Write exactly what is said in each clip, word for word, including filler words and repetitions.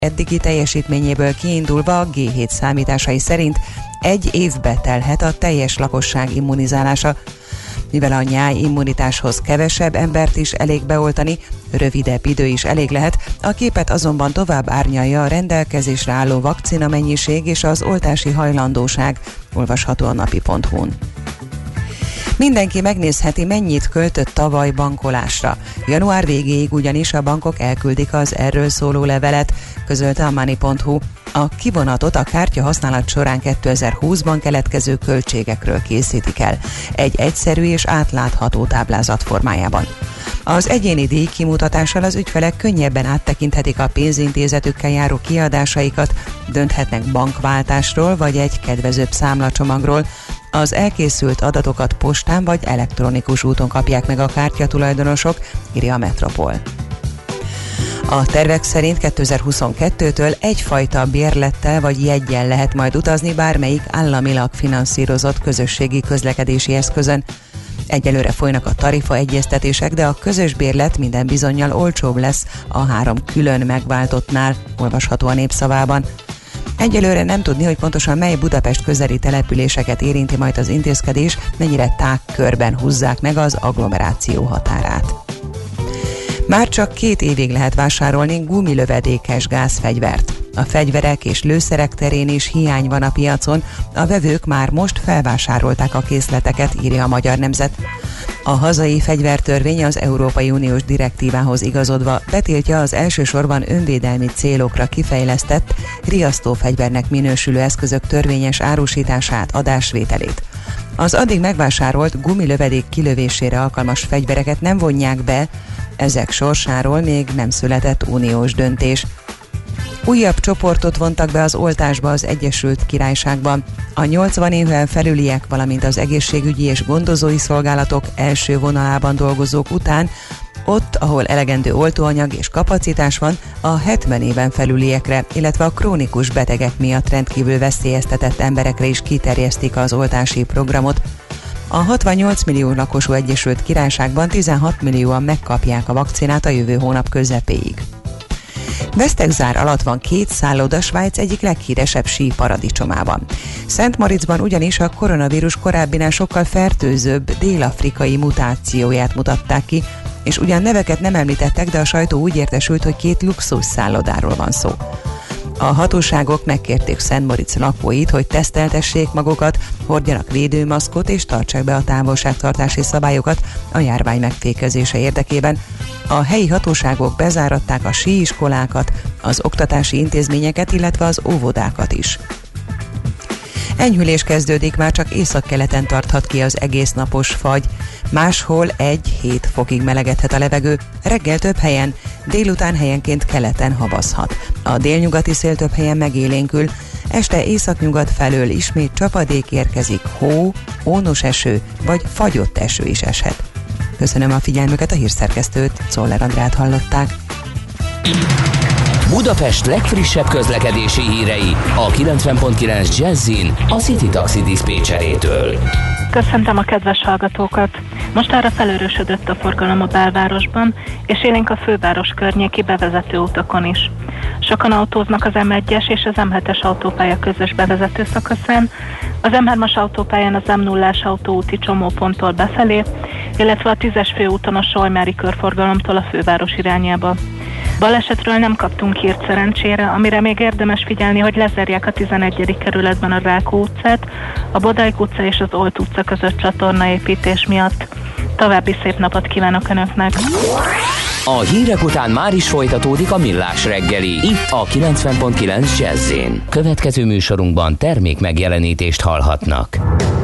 eddigi teljesítményéből kiindulva a gé hét számításai szerint egy évbe telhet a teljes lakosság immunizálása. Mivel a nyáj immunitáshoz kevesebb embert is elég beoltani, rövidebb idő is elég lehet, a képet azonban tovább árnyalja a rendelkezésre álló vakcina mennyiség és az oltási hajlandóság, olvasható a napi pont hu-n. Mindenki megnézheti, mennyit költött tavaly bankolásra. Január végéig ugyanis a bankok elküldik az erről szóló levelet, közölte a money pont hu. A kivonatot a kártya használat során kétezer-húszban keletkező költségekről készítik el, egy egyszerű és átlátható táblázat formájában. Az egyéni díj kimutatással az ügyfelek könnyebben áttekinthetik a pénzintézetükkel járó kiadásaikat, dönthetnek bankváltásról vagy egy kedvezőbb számlacsomagról. Az elkészült adatokat postán vagy elektronikus úton kapják meg a kártya tulajdonosok, írja a Metropol. A tervek szerint kétezer-huszonkettőtől egyfajta bérlettel vagy jeggyel lehet majd utazni bármelyik államilag finanszírozott közösségi közlekedési eszközön. Egyelőre folynak a tarifa egyeztetések, de a közös bérlet minden bizonnyal olcsóbb lesz a három külön megváltottnál, olvasható a Népszavában. Egyelőre nem tudni, hogy pontosan mely Budapest közeli településeket érinti majd az intézkedés, mennyire tágkörben húzzák meg az agglomeráció határát. Már csak két évig lehet vásárolni gumilövedékes gázfegyvert. A fegyverek és lőszerek terén is hiány van a piacon, a vevők már most felvásárolták a készleteket, írja a Magyar Nemzet. A hazai fegyvertörvény az Európai Uniós direktívához igazodva betiltja az elsősorban önvédelmi célokra kifejlesztett, riasztófegyvernek minősülő eszközök törvényes árusítását, adásvételét. Az addig megvásárolt gumilövedék kilövésére alkalmas fegyvereket nem vonják be, ezek sorsáról még nem született uniós döntés. Újabb csoportot vontak be az oltásba az Egyesült Királyságban. A nyolcvan éven felüliek, valamint az egészségügyi és gondozói szolgálatok első vonalában dolgozók után, ott, ahol elegendő oltóanyag és kapacitás van, a hetven éven felüliekre, illetve a krónikus betegek miatt rendkívül veszélyeztetett emberekre is kiterjesztik az oltási programot. A hatvannyolc millió lakosú Egyesült Királyságban tizenhat millióan megkapják a vakcinát a jövő hónap közepéig. Vesztegzár alatt van két szálloda Svájc egyik leghíresebb sí paradicsomában. Szentmoritzban ugyanis a koronavírus korábbinál sokkal fertőzőbb dél-afrikai mutációját mutatták ki, és ugyan neveket nem említettek, de a sajtó úgy értesült, hogy két luxus szállodáról van szó. A hatóságok megkérték Szentmoritz lakóit, hogy teszteltessék magukat, hordjanak védőmaszkot és tartsák be a távolságtartási szabályokat a járvány megfékezése érdekében. A helyi hatóságok bezáratták a síiskolákat, az oktatási intézményeket, illetve az óvodákat is. Enyhülés kezdődik, már csak északkeleten tarthat ki az egész napos fagy. Máshol egy-hét fokig melegedhet a levegő, reggel több helyen, délután helyenként keleten havazhat. A délnyugati szél több helyen megélénkül, este északnyugat felől ismét csapadék érkezik, hó, ónos eső vagy fagyott eső is eshet. Köszönöm a figyelmüket, a hírszerkesztőt, Czoller Andrát hallották. Budapest legfrissebb közlekedési hírei a kilencven pont kilenc Jazzin a City Taxi diszpécserétől. Köszöntöm a kedves hallgatókat! Most arra felőrösödött a forgalom a belvárosban, és élénk a főváros környéki bevezető utakon is. Sokan autóznak az em egyes és az em hetes autópálya közös bevezető szakaszán, az em hármas autópályán az em nullás autóúti csomóponttól befelé, illetve a tízes főúton a Solymári körforgalomtól a főváros irányába. Balesetről nem kaptunk hírt szerencsére, amire még érdemes figyelni, hogy lezárják a tizenegyedik kerületben a Rákó utcát, a Bodáik utca és az Olt utca között csatornaépítés miatt. További szép napot kívánok Önöknek! A hírek után már is folytatódik a Millás reggeli, itt a kilencven pont kilenc Jazz-én. Következő műsorunkban termék megjelenítést hallhatnak.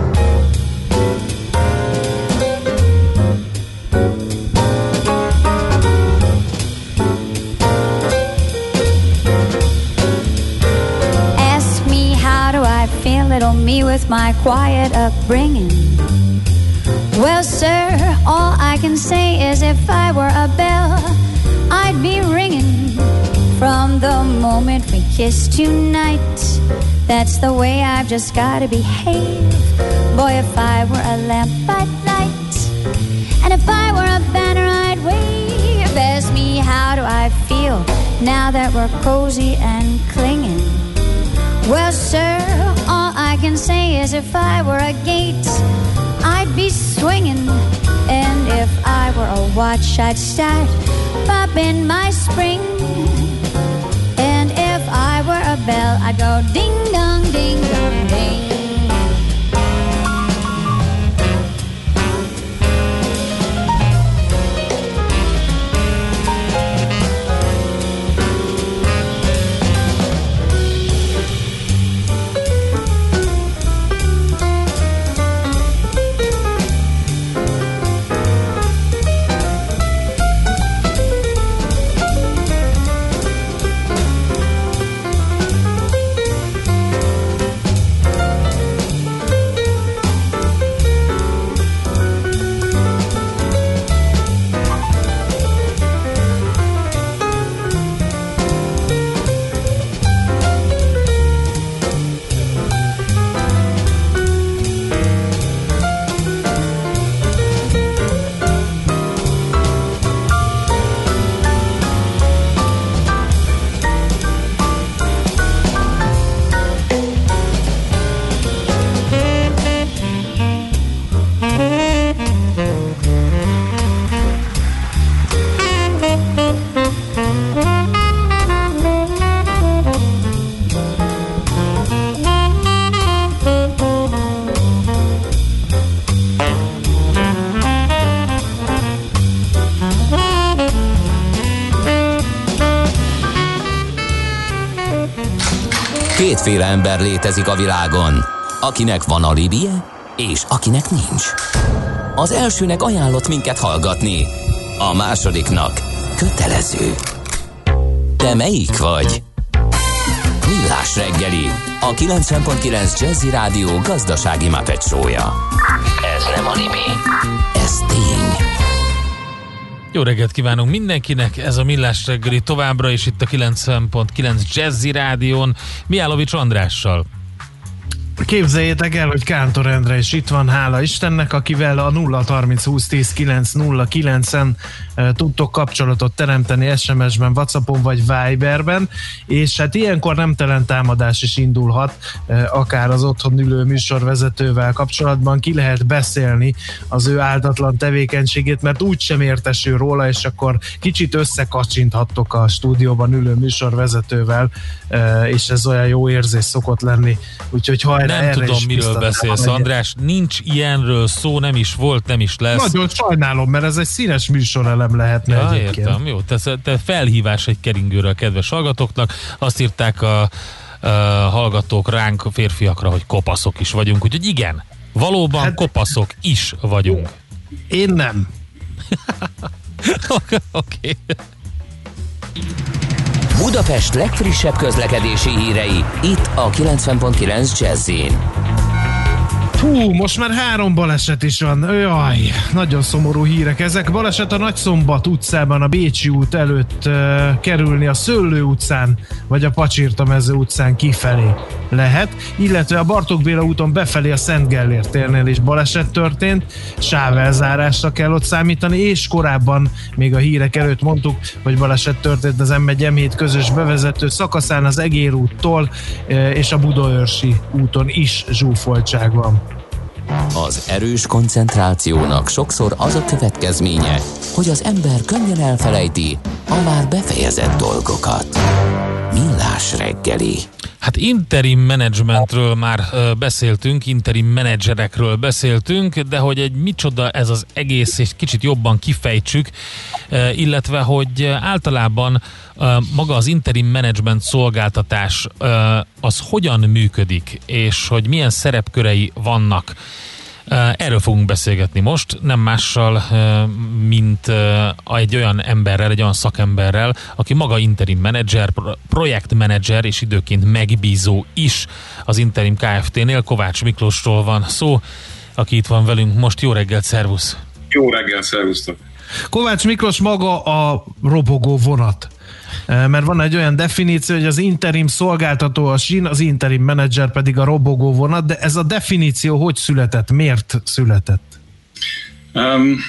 Little me with my quiet upbringing. Well, sir, all I can say is if I were a bell, I'd be ringing from the moment we kissed tonight. That's the way I've just gotta behave. Boy, if I were a lamp, I'd light, and if I were a banner, I'd wave. Ask me, how do I feel? now that we're cozy and clinging. Well, sir, all I can say is if I were a gate, I'd be swinging. And if I were a watch, I'd start popping my spring. And if I were a bell, I'd go ding-dong, ding-dong, ding. Kétféle ember létezik a világon, akinek van alibije, és akinek nincs. Az elsőnek ajánlott minket hallgatni, a másodiknak kötelező. Te melyik vagy? Millás reggeli, a kilencven pont kilenc Jazzy Rádió gazdasági Muppet show-ja. Ez nem anime, ez tény. Jó reggelt kívánunk mindenkinek, ez a Millás reggeli továbbra is itt a kilencven pont kilenc Jazzy Rádión, Mihálovics Andrással. Képzeljétek el, hogy Kántor Endre is itt van, hála Istennek, akivel a nulla harminc húsz tíz kilenc nulla kilencen e, tudtok kapcsolatot teremteni es em es-ben, WhatsAppon vagy Viberben, és hát ilyenkor nemtelen támadás is indulhat, e, akár az otthon ülő műsorvezetővel kapcsolatban, ki lehet beszélni az ő áldatlan tevékenységét, mert úgy sem értesül róla, és akkor kicsit összekacsinthattok a stúdióban ülő műsorvezetővel, e, és ez olyan jó érzés szokott lenni, úgyhogy ha nem tudom, miről beszélsz, András. Nincs ilyenről szó, nem is volt, nem is lesz. Nagyon sajnálom, mert ez egy színes műsorelem lehetne ja, egyébként. Értem, jó. Te, te felhívás egy keringőre a kedves hallgatóknak. Azt írták a, a hallgatók ránk, a férfiakra, hogy kopaszok is vagyunk. Úgyhogy igen, valóban hát, kopaszok is vagyunk. Én nem. Oké. Okay. Budapest legfrissebb közlekedési hírei, itt a kilencven pont kilenc Jazzyn. Hú, most már három baleset is van. Jaj, nagyon szomorú hírek ezek. Baleset a Nagyszombat utcában, a Bécsi út előtt uh, kerülni a Szőlő utcán, vagy a Pacsirtamező utcán kifelé lehet, illetve a Bartók Béla úton befelé a Szent Gellért térnél is baleset történt, sávelzárásra kell ott számítani, és korábban még a hírek előtt mondtuk, hogy baleset történt az em egy em hét közös bevezető szakaszán az Egér úttól uh, és a Budaörsi úton is zsúfoltság van. Az erős koncentrációnak sokszor az a következménye, hogy az ember könnyen elfelejti a már befejezett dolgokat. Millás reggeli. Hát interim managementről már ö, beszéltünk, interim menedzserekről beszéltünk, de hogy egy micsoda ez az egész, és kicsit jobban kifejtsük, ö, illetve hogy általában ö, maga az interim management szolgáltatás ö, az hogyan működik, és hogy milyen szerepkörei vannak. Erről fogunk beszélgetni most, nem mással, mint egy olyan emberrel, egy olyan szakemberrel, aki maga interim menedzser, projektmenedzser és időként megbízó is az Interim Kft-nél. Kovács Miklósról van szó, aki itt van velünk most. Jó reggelt, szervusz! Jó reggelt, szervusztok! Kovács Miklós maga a robogó vonat. Mert van egy olyan definíció, hogy az interim szolgáltató a sín, az interim menedzser pedig a robogó vonat, de ez a definíció hogy született? Miért született? Um,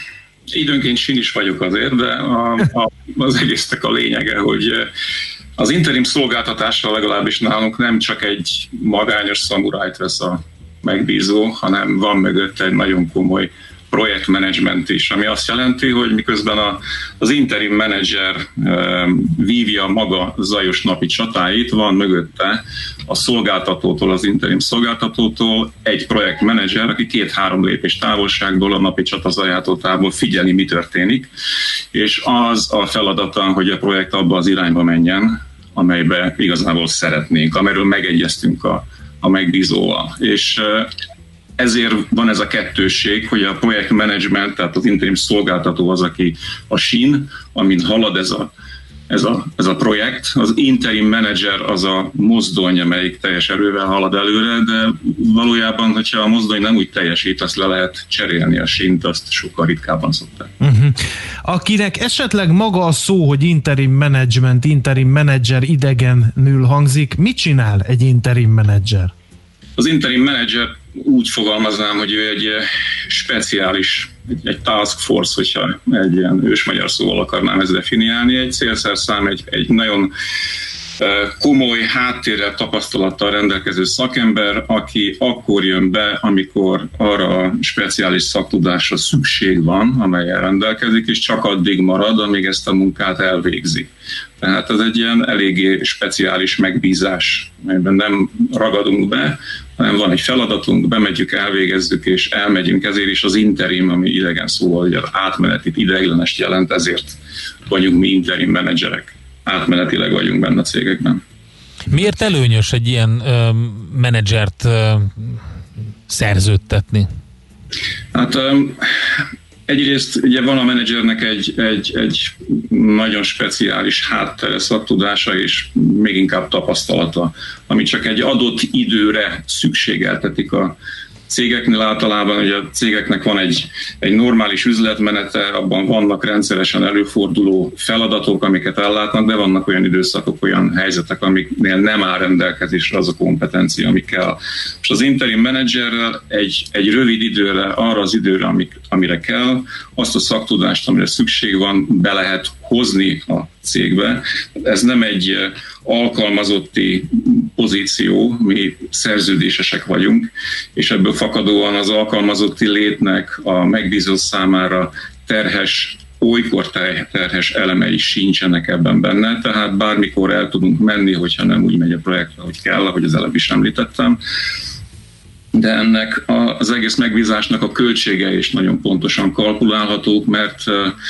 Időnként sín is vagyok azért, de a, a, az egésznek a lényege, hogy az interim szolgáltatással legalábbis nálunk nem csak egy magányos szamurájt vesz a megbízó, hanem van mögött egy nagyon komoly projektmenedzsment is, ami azt jelenti, hogy miközben a, az interim menedzser e, vívja maga zajos napi csatáit, van mögötte a szolgáltatótól, az interim szolgáltatótól egy projektmenedzser, aki két-három lépés távolságból a napi csata zajától távol figyeli, mi történik, és az a feladata, hogy a projekt abba az irányba menjen, amelybe igazából szeretnénk, amelyről megegyeztünk a, a megbízóval. És e, ezért van ez a kettősség, hogy a projektmenedzsment, tehát az interim szolgáltató az, aki a sín, amin halad ez a, ez a, ez a projekt. Az interim menedzser az a mozdony, amelyik teljes erővel halad előre, de valójában, hogyha a mozdony nem úgy teljesít, azt le lehet cserélni a sínt, azt sokkal ritkábban szokták. Uh-huh. Akinek esetleg maga a szó, hogy interim management, interim menedzser idegenül hangzik, mit csinál egy interim menedzser? Az interim menedzser úgy fogalmaznám, hogy ő egy speciális, egy, egy task force, hogyha egy ilyen ősmagyar szóval akarnám ezt definiálni, egy célszerszám, egy, egy nagyon komoly háttérrel, tapasztalattal rendelkező szakember, aki akkor jön be, amikor arra a speciális szaktudásra szükség van, amelyen rendelkezik, és csak addig marad, amíg ezt a munkát elvégzi. Tehát ez egy ilyen eléggé speciális megbízás, melyben nem ragadunk be, hanem van egy feladatunk, bemegyük, elvégezzük, és elmegyünk. Ezért is az interim, ami idegen szóval, hogy az átmeneti ideiglenest jelent, ezért vagyunk mi interim menedzserek. Átmenetileg vagyunk benne a cégekben. Miért előnyös egy ilyen ö, menedzsert ö, szerződtetni? Hát ö, egyrészt ugye van a menedzsernek egy, egy, egy nagyon speciális háttere, szaktudása és még inkább tapasztalata, ami csak egy adott időre szükségeltetik a cégeknél. Általában ugye a cégeknek van egy, egy normális üzletmenete, abban vannak rendszeresen előforduló feladatok, amiket ellátnak, de vannak olyan időszakok, olyan helyzetek, amiknél nem áll rendelkezésre az a kompetencia, ami kell. És az interim menedzserrel egy, egy rövid időre, arra az időre, amik, amire kell, azt a szaktudást, amire szükség van, be lehet hozni a cégbe. Ez nem egy alkalmazotti pozíció, mi szerződésesek vagyunk, és ebből fakadóan az alkalmazotti létnek a megbízó számára terhes, olykor terhes elemei sincsenek ebben benne, tehát bármikor el tudunk menni, hogyha nem úgy megy a projektre, hogy kell, ahogy az előbb is említettem. De ennek az egész megbízásnak a költsége is nagyon pontosan kalkulálhatók, mert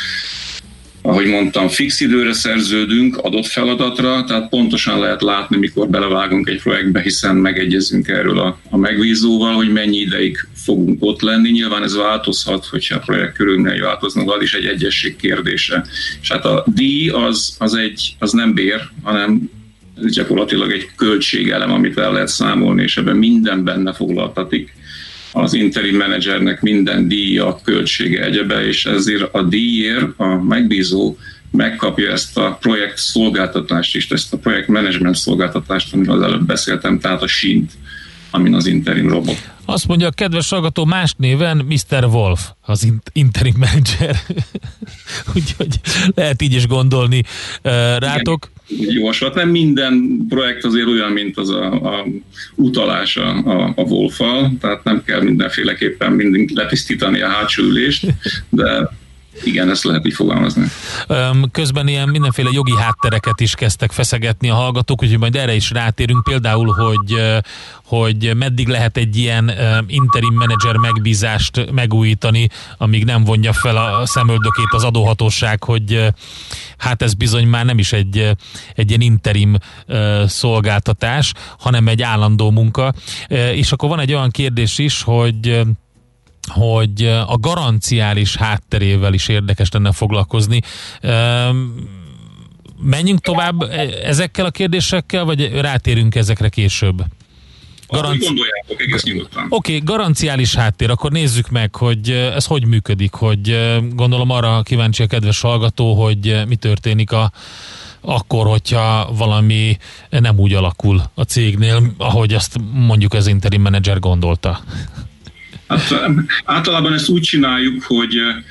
ahogy mondtam, fix időre szerződünk adott feladatra, tehát pontosan lehet látni, mikor belevágunk egy projektbe, hiszen megegyezünk erről a, a megbízóval, hogy mennyi ideig fogunk ott lenni. Nyilván ez változhat, hogyha a projekt körülményei változnak, az is egy egyesség kérdése. És hát a díj az, az, egy, az nem bér, hanem gyakorlatilag egy költségelem, amit el lehet számolni, és ebben minden benne foglaltatik. Az interim menedzsernek minden díja, költsége, egyebe, és ezért a díjért a megbízó megkapja ezt a projekt szolgáltatást is, ezt a projekt management szolgáltatást, amiről az előbb beszéltem, tehát a sínt, amin az interim robot. Azt mondja a kedves hallgató más néven miszter Wolf, az interim menedzser. Úgyhogy lehet így is gondolni uh, rátok. Igen, javaslat. Nem minden projekt azért olyan, mint az a, a utalás a, a, a Wolf-al, tehát nem kell mindenféleképpen mindig letisztítani a hátsó ülést, de igen, ezt lehet így fogalmazni. Közben ilyen mindenféle jogi háttereket is kezdtek feszegetni a hallgatók, úgyhogy majd erre is rátérünk, például, hogy, hogy meddig lehet egy ilyen interim menedzser megbízást megújítani, amíg nem vonja fel a szemöldökét az adóhatóság, hogy hát ez bizony már nem is egy, egy ilyen interim szolgáltatás, hanem egy állandó munka. És akkor van egy olyan kérdés is, hogy hogy a garanciális hátterével is érdekes lenne foglalkozni. Menjünk tovább ezekkel a kérdésekkel, vagy rátérünk ezekre később? Garanci... gondoljátok, egész nyugodtan. Oké, okay, garanciális háttér, akkor nézzük meg, hogy ez hogy működik, hogy gondolom arra kíváncsi a kedves hallgató, hogy mi történik a akkor, hogyha valami nem úgy alakul a cégnél, ahogy azt mondjuk az interim menedzser gondolta. Hát, általában ezt úgy csináljuk, hogy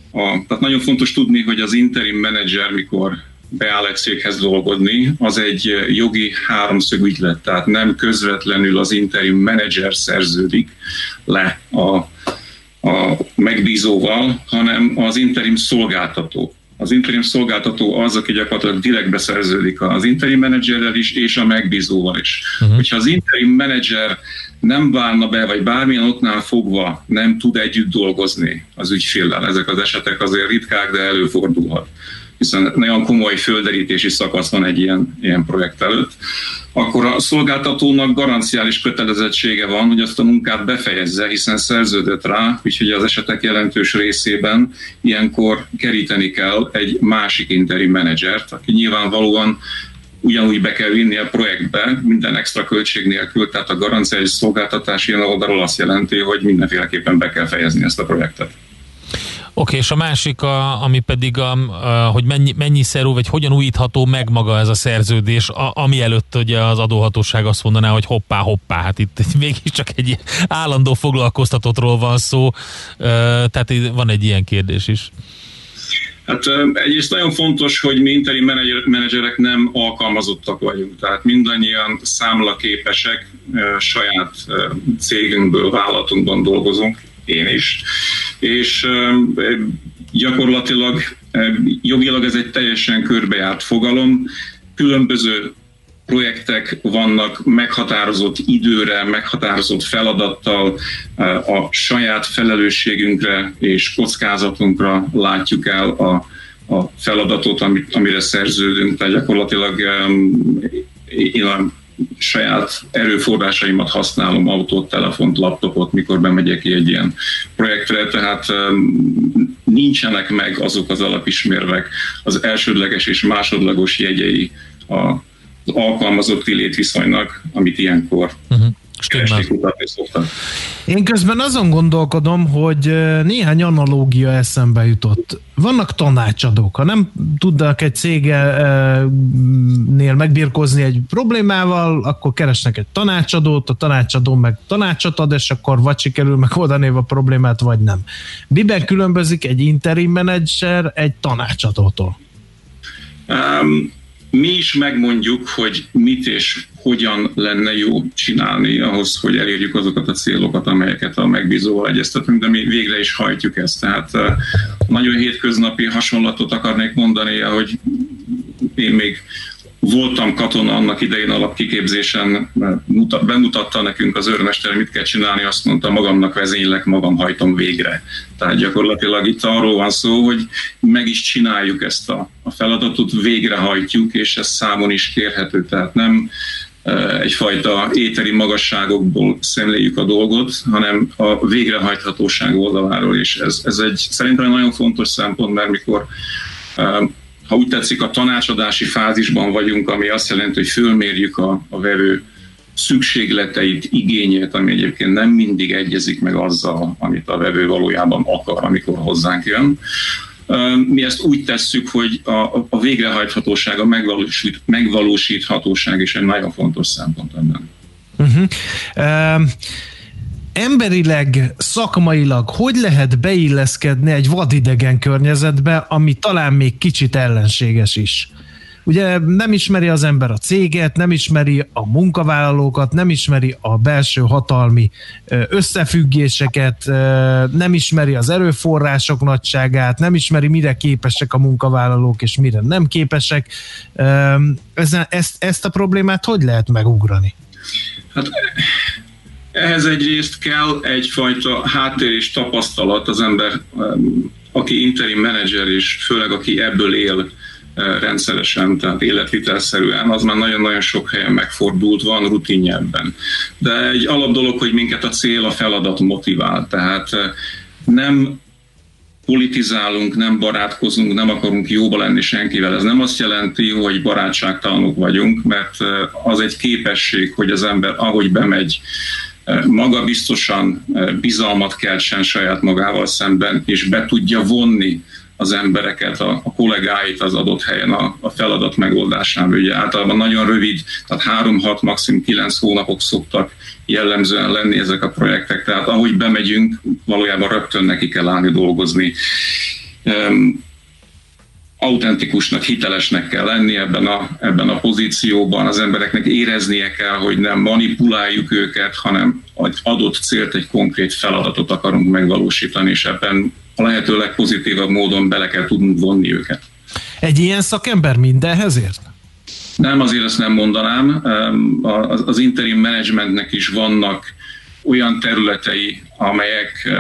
a, tehát nagyon fontos tudni, hogy az interim menedzser, mikor beáll egy céghez dolgozni, az egy jogi háromszög ügylet, tehát nem közvetlenül az interim menedzser szerződik le a, a megbízóval, hanem az interim szolgáltató. Az interim szolgáltató az, aki gyakorlatilag direktbe szerződik az interim menedzserrel is, és a megbízóval is. Uh-huh. Hogyha az interim menedzser nem válna be, vagy bármilyen oknál fogva nem tud együtt dolgozni az ügyféllel, ezek az esetek azért ritkák, de előfordulhat, hiszen nagyon komoly földerítési szakasz van egy ilyen, ilyen projekt előtt, akkor a szolgáltatónak garanciális kötelezettsége van, hogy azt a munkát befejezze, hiszen szerződött rá, úgyhogy az esetek jelentős részében ilyenkor keríteni kell egy másik interim menedzsert, aki nyilvánvalóan ugyanúgy be kell vinni a projektbe, minden extra költség nélkül, tehát a garanciális szolgáltatás ilyen oldalról azt jelenti, hogy mindenféleképpen be kell fejezni ezt a projektet. Oké, és a másik, a, ami pedig, a, a, hogy mennyi, mennyiszerű, vagy hogyan újítható meg maga ez a szerződés, a, ami előtt ugye az adóhatóság azt mondaná, hogy hoppá, hoppá, hát itt mégiscsak egy állandó foglalkoztatottról van szó, tehát van egy ilyen kérdés is. Hát egyrészt nagyon fontos, hogy mi interim menedzserek nem alkalmazottak vagyunk, tehát mindannyian számlaképesek, saját cégünkből, vállalatunkban dolgozunk, én is, és gyakorlatilag jogilag ez egy teljesen körbejárt fogalom, különböző projektek vannak meghatározott időre, meghatározott feladattal, a saját felelősségünkre és kockázatunkra látjuk el a, a feladatot, amit, amire szerződünk, tehát gyakorlatilag én a saját erőforrásaimat használom, autót, telefont, laptopot, mikor bemegyek ki egy ilyen projektre, tehát nincsenek meg azok az alapismérvek, az elsődleges és másodlagos jegyei a az alkalmazotti létviszonynak, amit ilyenkor uh-huh. keresni, kutatni szoktak. Én közben azon gondolkodom, hogy néhány analógia eszembe jutott. Vannak tanácsadók, ha nem tudnak egy cégnél megbirkózni egy problémával, akkor keresnek egy tanácsadót, a tanácsadó meg tanácsot ad, és akkor vagy sikerül megoldani a problémát, vagy nem. Miben különbözik egy interim menedzser egy tanácsadótól? Um, Mi is megmondjuk, hogy mit és hogyan lenne jó csinálni ahhoz, hogy elérjük azokat a célokat, amelyeket a megbízóval egyeztetünk, de mi végre is hajtjuk ezt. Tehát nagyon hétköznapi hasonlatot akarnék mondani, hogy én még voltam katona annak idején alapkiképzésen, bemutatta nekünk az őrmester, mit kell csinálni, azt mondta, magamnak vezénylek, magam hajtom végre. Tehát gyakorlatilag itt arról van szó, hogy meg is csináljuk ezt a, a feladatot, végrehajtjuk, és ez számon is kérhető. Tehát nem e, egyfajta éteri magasságokból szemléljük a dolgot, hanem a végrehajthatóság oldaláról, és ez, ez egy szerintem nagyon fontos szempont, mert mikor e, ha úgy tetszik, a tanácsadási fázisban vagyunk, ami azt jelenti, hogy fölmérjük a, a vevő szükségleteit, igényét, ami egyébként nem mindig egyezik meg azzal, amit a vevő valójában akar, amikor hozzánk jön. Mi ezt úgy tesszük, hogy a, a végrehajthatóság, a megvalósít, megvalósíthatóság is egy nagyon fontos szempont ebben. Uh-huh. Um... Emberileg, szakmailag hogy lehet beilleszkedni egy vadidegen környezetbe, ami talán még kicsit ellenséges is? Ugye nem ismeri az ember a céget, nem ismeri a munkavállalókat, nem ismeri a belső hatalmi összefüggéseket, nem ismeri az erőforrások nagyságát, nem ismeri, mire képesek a munkavállalók és mire nem képesek. Ezt, ezt a problémát hogy lehet megugrani? Hát ehhez egyrészt kell egyfajta háttér és tapasztalat az ember, aki interim menedzser, és főleg aki ebből él rendszeresen, tehát életvitelszerűen, az már nagyon-nagyon sok helyen megfordult, van rutinja ebben. De egy alap dolog, hogy minket a cél, a feladat motivál, tehát nem politizálunk, nem barátkozunk, nem akarunk jóba lenni senkivel. Ez nem azt jelenti, hogy barátságtalanok vagyunk, mert az egy képesség, hogy az ember, ahogy bemegy, maga biztosan bizalmat keltsen saját magával szemben, és be tudja vonni az embereket, a, a kollégáit az adott helyen a, a feladat megoldásában. Ugye általában nagyon rövid, tehát három-hat, maximum kilenc hónapok szoktak jellemzően lenni ezek a projektek, tehát ahogy bemegyünk, valójában rögtön neki kell állni dolgozni. um, autentikusnak, hitelesnek kell lenni ebben a, ebben a pozícióban, az embereknek éreznie kell, hogy nem manipuláljuk őket, hanem egy adott célt, egy konkrét feladatot akarunk megvalósítani, és ebben a lehető legpozitívabb módon bele kell tudnunk vonni őket. Egy ilyen szakember mindenhez ért? Nem, azért ezt nem mondanám. Az interim managementnek is vannak olyan területei, amelyek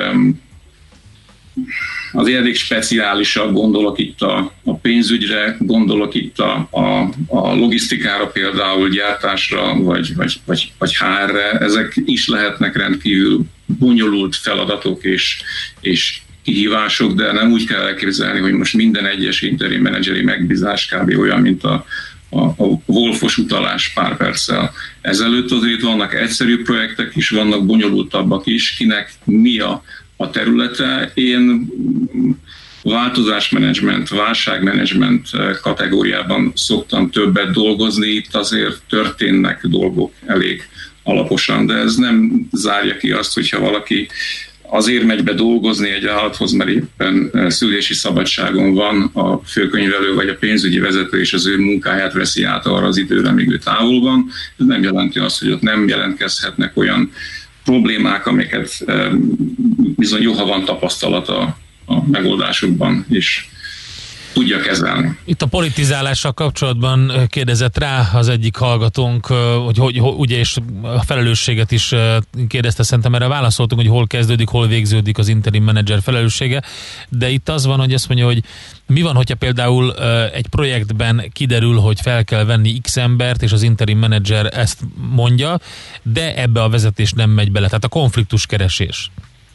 az elég speciálisak, gondolok itt a, a pénzügyre, gondolok itt a, a, a logisztikára például, gyártásra, vagy, vagy, vagy, vagy há er-re. Ezek is lehetnek rendkívül bonyolult feladatok és, és kihívások, de nem úgy kell elképzelni, hogy most minden egyes interim menedzseri megbízás kb. Olyan, mint a, a, a Wolfos utalás pár perccel ezelőtt. Azért vannak egyszerű projektek is, vannak bonyolultabbak is, kinek mi a a területe. Én változásmenedzsment, válságmenedzsment kategóriában szoktam többet dolgozni, itt azért történnek dolgok elég alaposan, de ez nem zárja ki azt, hogyha valaki azért megy be dolgozni egy állathoz, mert éppen szülési szabadságon van a főkönyvelő vagy a pénzügyi vezető, és az ő munkáját veszi át arra az időre, amíg ő távol van. Ez nem jelenti azt, hogy ott nem jelentkezhetnek olyan problémák, amiket bizony jó, ha van tapasztalata a megoldásokban, és tudja kezelni. Itt a politizálással kapcsolatban kérdezett rá az egyik hallgatónk, hogy, hogy, hogy ugye, és a felelősséget is kérdezte, szerintem erre válaszoltunk, hogy hol kezdődik, hol végződik az interim menedzser felelőssége, de itt az van, hogy azt mondja, hogy mi van, hogyha például egy projektben kiderül, hogy fel kell venni X embert, és az interim menedzser ezt mondja, de ebbe a vezetés nem megy bele, tehát a konfliktus keresés.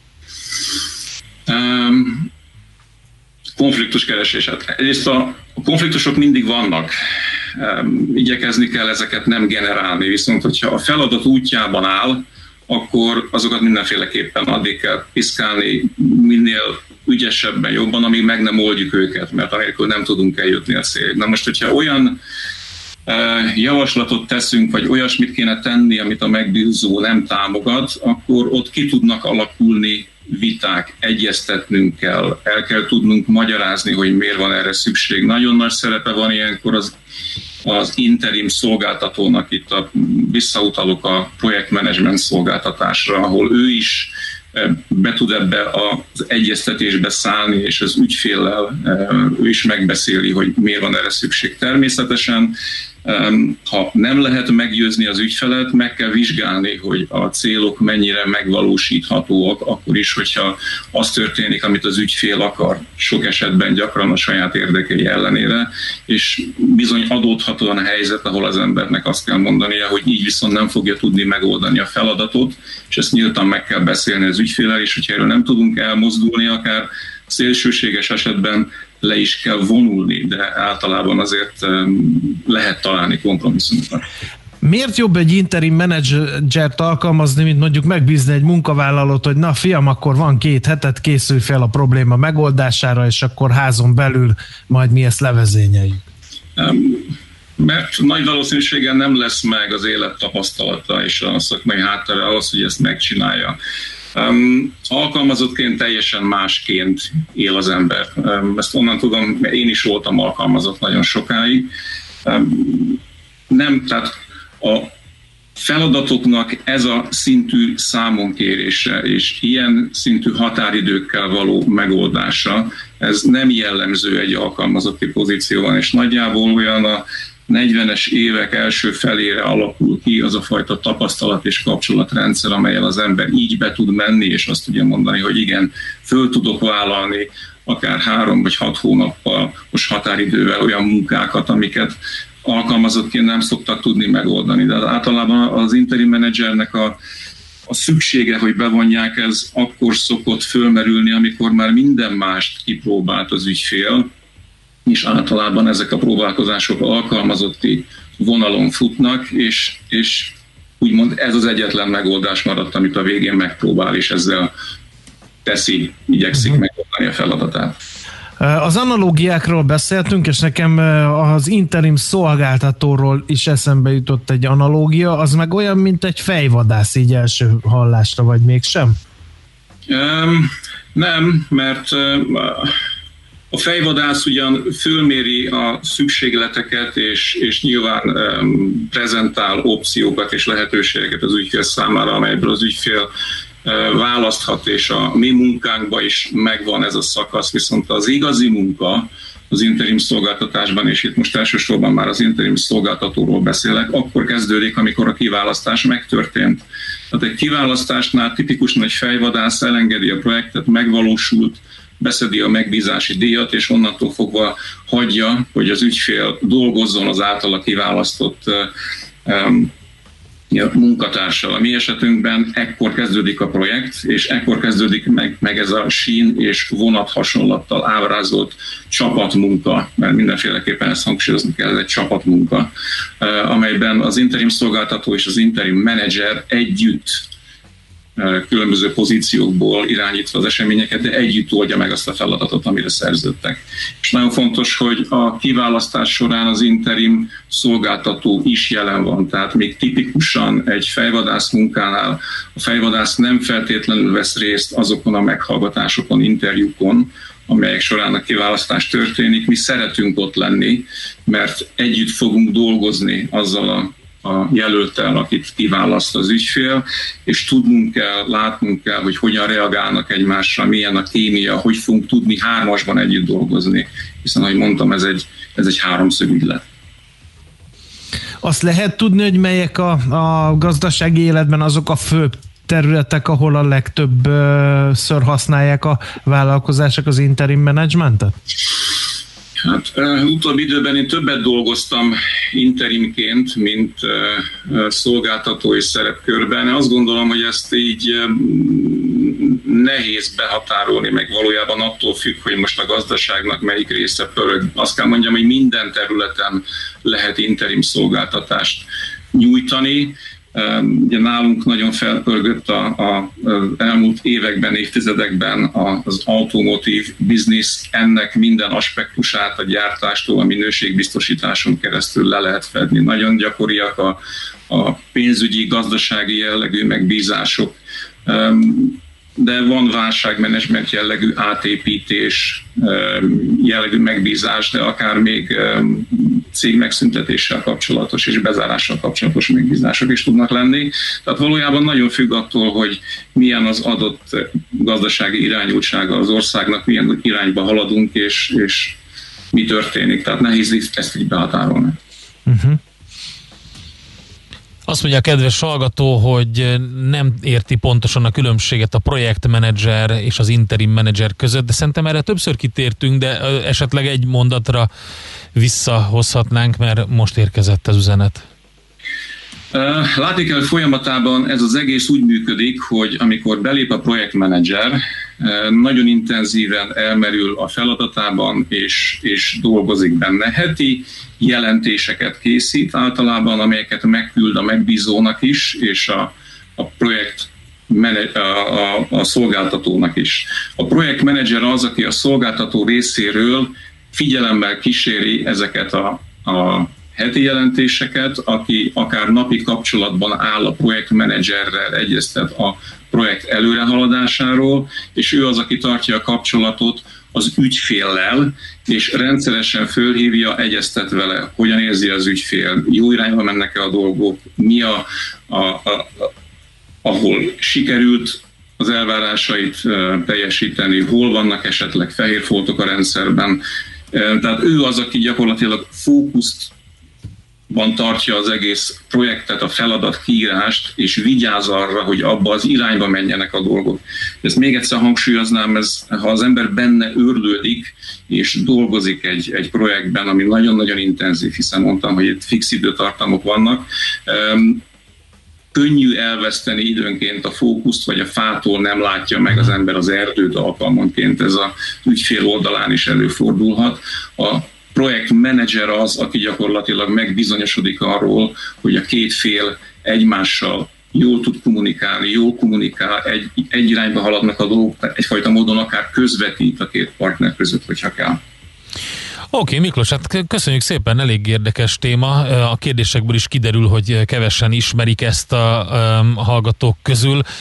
Um... Konfliktuskeresés. Egyrészt a konfliktusok mindig vannak. Igyekezni kell ezeket nem generálni, viszont hogyha a feladat útjában áll, akkor azokat mindenféleképpen addig kell piszkálni, minél ügyesebben, jobban, amíg meg nem oldjuk őket, mert anélkül nem tudunk eljutni a célig. Na most, hogyha olyan javaslatot teszünk, vagy olyasmit kéne tenni, amit a megbízó nem támogat, akkor ott ki tudnak alakulni viták, egyeztetnünk kell, el kell tudnunk magyarázni, hogy miért van erre szükség. Nagyon nagy szerepe van ilyenkor az, az interim szolgáltatónak, itt a, visszautalok a projektmenedzsment szolgáltatásra, ahol ő is be tud ebbe az egyeztetésbe szállni, és az ügyféllel ő is megbeszéli, hogy miért van erre szükség. Természetesen, ha nem lehet meggyőzni az ügyfelet, meg kell vizsgálni, hogy a célok mennyire megvalósíthatóak, akkor is, hogyha az történik, amit az ügyfél akar, sok esetben gyakran a saját érdekei ellenére, és bizony adódhat olyan helyzet, ahol az embernek azt kell mondania, hogy így viszont nem fogja tudni megoldani a feladatot, és ezt nyíltan meg kell beszélni az ügyféllel, és hogyha erről nem tudunk elmozdulni, akár szélsőséges esetben le is kell vonulni, de általában azért lehet találni kompromisszumokat. Miért jobb egy interim menedzsert alkalmazni, mint mondjuk megbízni egy munkavállalót, hogy na fiam, akkor van két hetet, készülj fel a probléma megoldására, és akkor házon belül majd mi ezt levezényeljük? Mert nagy valószínűséggel nem lesz meg az élettapasztalata és a szakmai háttere ahhoz, hogy ezt megcsinálja. Um, alkalmazottként teljesen másként él az ember. Um, ezt onnan tudom, mert én is voltam alkalmazott nagyon sokáig. Um, nem, tehát a feladatoknak ez a szintű számonkérése és ilyen szintű határidőkkel való megoldása, ez nem jellemző egy alkalmazotti pozícióban, és nagyjából olyan a negyvenes évek első felére alakul ki az a fajta tapasztalat és kapcsolatrendszer, amellyel az ember így be tud menni, és azt tudja mondani, hogy igen, föl tudok vállalni akár három vagy hat hónappal, most határidővel olyan munkákat, amiket alkalmazottként nem szoktak tudni megoldani. De általában az interim menedzsernek a, a szüksége, hogy bevonják, ez akkor szokott fölmerülni, amikor már minden mást kipróbált az ügyfél, és általában ezek a próbálkozások alkalmazotti vonalon futnak, és, és úgymond ez az egyetlen megoldás maradt, amit a végén megpróbál, és ezzel teszi, igyekszik uh-huh. megoldani a feladatát. Az analógiákról beszéltünk, és nekem az interim szolgáltatóról is eszembe jutott egy analógia, az meg olyan, mint egy fejvadász így első hallásra, vagy mégsem? Um, nem, mert uh, A fejvadász ugyan fölméri a szükségleteket, és, és nyilván um, prezentál opciókat és lehetőségeket az ügyfél számára, amelyből az ügyfél uh, választhat, és a mi munkánkban is megvan ez a szakasz, viszont az igazi munka az interim szolgáltatásban, és itt most elsősorban már az interim szolgáltatóról beszélek, akkor kezdődik, amikor a kiválasztás megtörtént. Tehát egy kiválasztásnál tipikusan egy fejvadász elengedi a projektet, megvalósult, beszedi a megbízási díjat, és onnantól fogva hagyja, hogy az ügyfél dolgozzon az általa kiválasztott um, munkatársal. A mi esetünkben ekkor kezdődik a projekt, és ekkor kezdődik meg, meg ez a sín és vonat hasonlattal ábrázolt csapatmunka, mert mindenféleképpen ezt hangsúlyozni kell, ez egy csapatmunka, amelyben az interim szolgáltató és az interim menedzser együtt különböző pozíciókból irányítva az eseményeket, de együtt oldja meg azt a feladatot, amire szerződtek. És nagyon fontos, hogy a kiválasztás során az interim szolgáltató is jelen van, tehát még tipikusan egy fejvadász munkánál a fejvadász nem feltétlenül vesz részt azokon a meghallgatásokon, interjúkon, amelyek során a kiválasztás történik. Mi szeretünk ott lenni, mert együtt fogunk dolgozni azzal a a jelölttel, akit kiválaszt az ügyfél, és tudnunk kell, látnunk kell, hogy hogyan reagálnak egymásra, milyen a kémia, hogy fogunk tudni hármasban együtt dolgozni, hiszen, ahogy mondtam, ez egy, ez egy háromszög ügylet. Azt lehet tudni, hogy melyek a, a gazdasági életben azok a fő területek, ahol a legtöbbször használják a vállalkozások az interim managementet? Hát uh, utóbbi időben én többet dolgoztam interimként, mint uh, szolgáltató és szerepkörben. Azt gondolom, hogy ezt így uh, nehéz behatárolni, meg valójában attól függ, hogy most a gazdaságnak melyik része pörög. Azt kell mondjam, hogy minden területen lehet interim szolgáltatást nyújtani. Ugye nálunk nagyon felpörgött a, a, az elmúlt években, évtizedekben az automotív biznisz, ennek minden aspektusát a gyártástól a minőségbiztosításon keresztül le lehet fedni. Nagyon gyakoriak a, a pénzügyi, gazdasági jellegű megbízások, de van válságmenedzsment jellegű átépítés, jellegű megbízás, de akár még cég megszüntetéssel kapcsolatos és bezárással kapcsolatos megbízások is tudnak lenni. Tehát valójában nagyon függ attól, hogy milyen az adott gazdasági irányultsága az országnak, milyen irányba haladunk, és, és mi történik. Tehát nehéz ezt így behatárolni. Uh-huh. Azt mondja a kedves hallgató, hogy nem érti pontosan a különbséget a projektmenedzser és az interim menedzser között, de szerintem erre többször kitértünk, de esetleg egy mondatra visszahozhatnánk, mert most érkezett az üzenet. Látni kell, hogy folyamatában ez az egész úgy működik, hogy amikor belép a projektmenedzser, nagyon intenzíven elmerül a feladatában, és, és dolgozik benne. Heti jelentéseket készít általában, amelyeket megküld a megbízónak is, és a, a projekt a, a, a szolgáltatónak is. A projektmenedzser az, aki a szolgáltató részéről figyelemmel kíséri ezeket a, a heti jelentéseket, aki akár napi kapcsolatban áll a projektmenedzserrel, egyeztet a projekt előrehaladásáról, és ő az, aki tartja a kapcsolatot az ügyféllel, és rendszeresen fölhívja, egyeztet vele, hogyan érzi az ügyfél, jó irányba mennek-e a dolgok, mi a, a, a, a ahol sikerült az elvárásait teljesíteni, hol vannak esetleg fehér foltok a rendszerben. Tehát ő az, aki gyakorlatilag fókuszt van tartja az egész projektet, a feladat kiírást, és vigyáz arra, hogy abba az irányba menjenek a dolgok. Ezt még egyszer hangsúlyoznám, ez, ha az ember benne őrlődik, és dolgozik egy, egy projektben, ami nagyon-nagyon intenzív, hiszen mondtam, hogy itt fix időtartamok vannak, um, könnyű elveszteni időnként a fókuszt, vagy a fától nem látja meg az ember az erdőt alkalmanként. Ez az ügyfél oldalán is előfordulhat. A projektmenedzser az, aki gyakorlatilag megbizonyosodik arról, hogy a két fél egymással jól tud kommunikálni, jól kommunikál, egy, egy irányba haladnak a dolgok, egyfajta módon akár közvetít a két partner között, hogyha kell. Oké, okay, Miklós, hát köszönjük szépen, elég érdekes téma. A kérdésekből is kiderül, hogy kevesen ismerik ezt a, a hallgatók közül.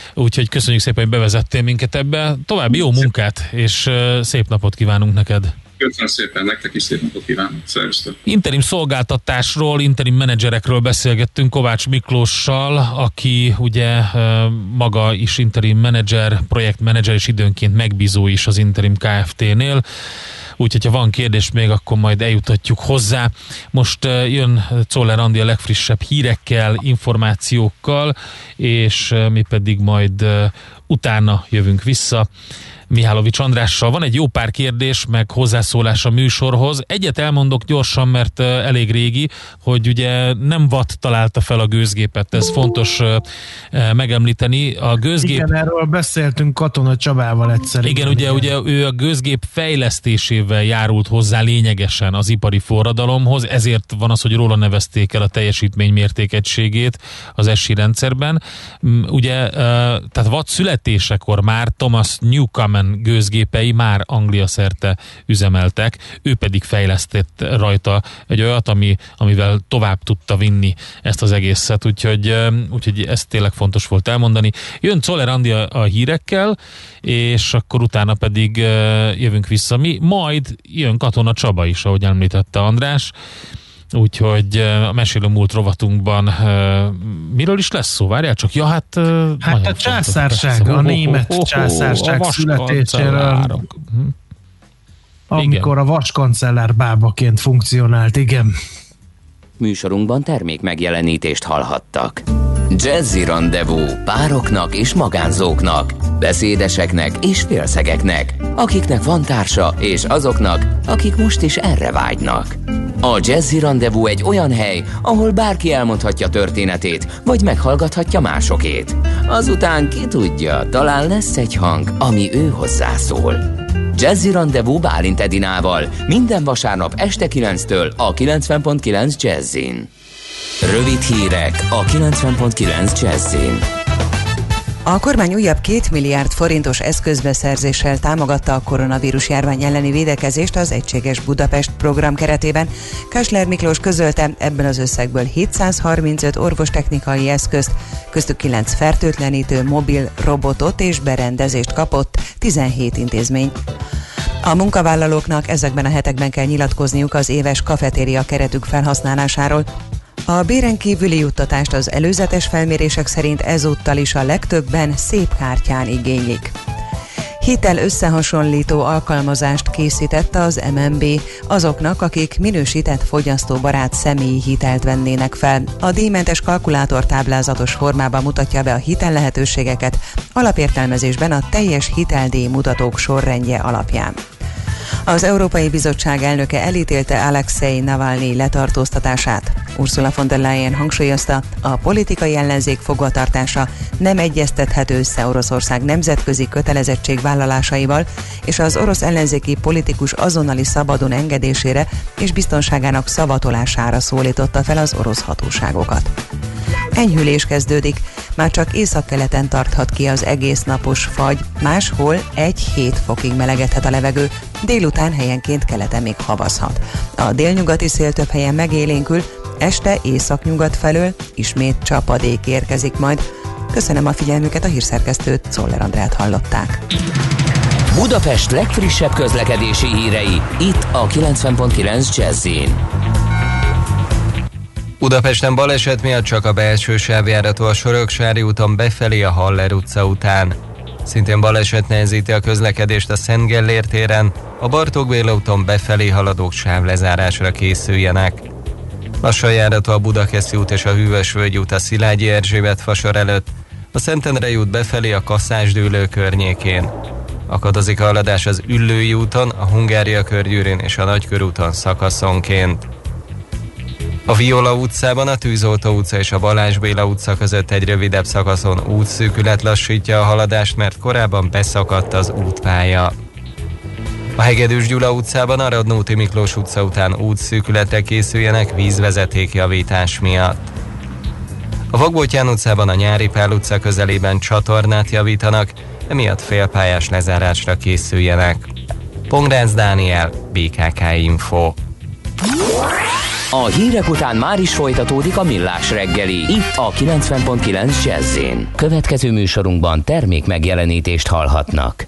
úgyhogy köszönjük szépen, hogy bevezettél minket ebbe. További jó munkát, és szép napot kívánunk neked. Köszönöm szépen, nektek is szép napot kívánok. Szervusztok. Interim szolgáltatásról, interim menedzserekről beszélgettünk Kovács Miklóssal, aki ugye maga is interim menedzser, projektmenedzser és időnként megbízó is az Interim Kft-nél. Úgyhogy ha van kérdés még, akkor majd eljutatjuk hozzá. Most jön Czoller Andi a legfrissebb hírekkel, információkkal, és mi pedig majd utána jövünk vissza Mihálovics Andrással. Van egy jó pár kérdés, meg hozzászólás a műsorhoz. Egyet elmondok gyorsan, mert elég régi, hogy ugye nem Watt találta fel a gőzgépet, ez fontos megemlíteni. A gőzgép... Igen, erről beszéltünk Katona Csabával egyszer. Igen, ugye, ugye ő a gőzgép fejlesztésével járult hozzá lényegesen az ipari forradalomhoz, ezért van az, hogy róla nevezték el a teljesítménymértékegységét az es i rendszerben. Ugye, tehát Watt születésekor már Thomas Newcomen gőzgépei már Anglia szerte üzemeltek, ő pedig fejlesztett rajta egy olyat, ami, amivel tovább tudta vinni ezt az egészet, úgyhogy, úgyhogy ezt tényleg fontos volt elmondani. Jön Czoller Andi a, a hírekkel, és akkor utána pedig jövünk vissza mi, majd jön Katona Csaba is, ahogy említette András, úgyhogy a Mesélő múlt rovatunkban uh, miről is lesz szó? Várjál csak, ja hát... Uh, hát a császárság, a német császárság születéséről, amikor a vaskancellár bábaként funkcionált, igen. Műsorunkban termék megjelenítést hallhattak. Jazzy Rendezvú pároknak és magánzóknak, beszédeseknek és félszegeknek, akiknek van társa és azoknak, akik most is erre vágynak. A Jazzy Rendezvú egy olyan hely, ahol bárki elmondhatja történetét, vagy meghallgathatja másokét. Azután ki tudja, talán lesz egy hang, ami ő hozzászól. Jazzy Rendezvú Bálint Edinával minden vasárnap este kilenctől a kilencven pont kilenc Jazzin. Rövid hírek a kilencven pont kilenc Jazzin. A kormány újabb két milliárd forintos eszközbeszerzéssel támogatta a koronavírus járvány elleni védekezést az Egységes Budapest program keretében. Kásler Miklós közölte, ebben az összegből hétszázharmincöt orvostechnikai eszközt, köztük kilenc fertőtlenítő mobil robotot és berendezést kapott tizenhét intézmény. A munkavállalóknak ezekben a hetekben kell nyilatkozniuk az éves kafetéria keretük felhasználásáról. A béren kívüli juttatást az előzetes felmérések szerint ezúttal is a legtöbben szép kártyán igénylik. Hitel összehasonlító alkalmazást készített az em en bé azoknak, akik minősített fogyasztóbarát személyi hitelt vennének fel. A díjmentes kalkulátor táblázatos formában mutatja be a hitel lehetőségeket, alapértelmezésben a teljes hiteldíj mutatók sorrendje alapján. Az Európai Bizottság elnöke elítélte Alexei Navalnyi letartóztatását. Ursula von der Leyen hangsúlyozta, a politikai ellenzék fogvatartása nem egyeztethető össze Oroszország nemzetközi kötelezettségvállalásaival, és az orosz ellenzéki politikus azonnali szabadon engedésére és biztonságának szavatolására szólította fel az orosz hatóságokat. Enyhülés kezdődik, már csak északkeleten tarthat ki az egész napos fagy, máshol egy-hét fokig melegedhet a levegő, délután helyenként keleten még havazhat. A délnyugati szél több helyen megélénkül, este északnyugat felől ismét csapadék érkezik majd. Köszönöm a figyelmüket, a hírszerkesztőt, Czoller Andrát hallották. Budapest legfrissebb közlekedési hírei, itt a kilencven pont kilenc Jazzin. Budapesten baleset miatt csak a belső sávjáratú a Soroksári úton befelé a Haller utca után. Szintén baleset nehezíti a közlekedést a Szent Gellér téren, a Bartók Béla úton befelé haladók sávlezárásra készüljenek. Lassan járható a Budakeszi út és a Hűvösvölgyi út a Szilágyi Erzsébet fasor előtt, a Szentendrei út befelé a Kasszásdőlő környékén. Akadozik a haladás az Üllői úton, a Hungária körgyűrűn és a Nagykörúton szakaszonként. A Viola utcában a Tűzoltó utca és a Balázs Béla utca között egy rövidebb szakaszon útszűkület lassítja a haladást, mert korábban beszakadt az útpálya. A Hegedűs Gyula utcában a Radnóti Miklós utca után útszűkületre készüljenek vízvezetékjavítás miatt. A Vakbótyán utcában a Nyári Pál utca közelében csatornát javítanak, emiatt félpályás lezárásra készüljenek. Pongrácz Dániel, bé ká ká Info. A hírek után már is folytatódik a Millás reggeli, itt a kilencven pont kilenc Jazz-én. Következő műsorunkban termék megjelenítést hallhatnak.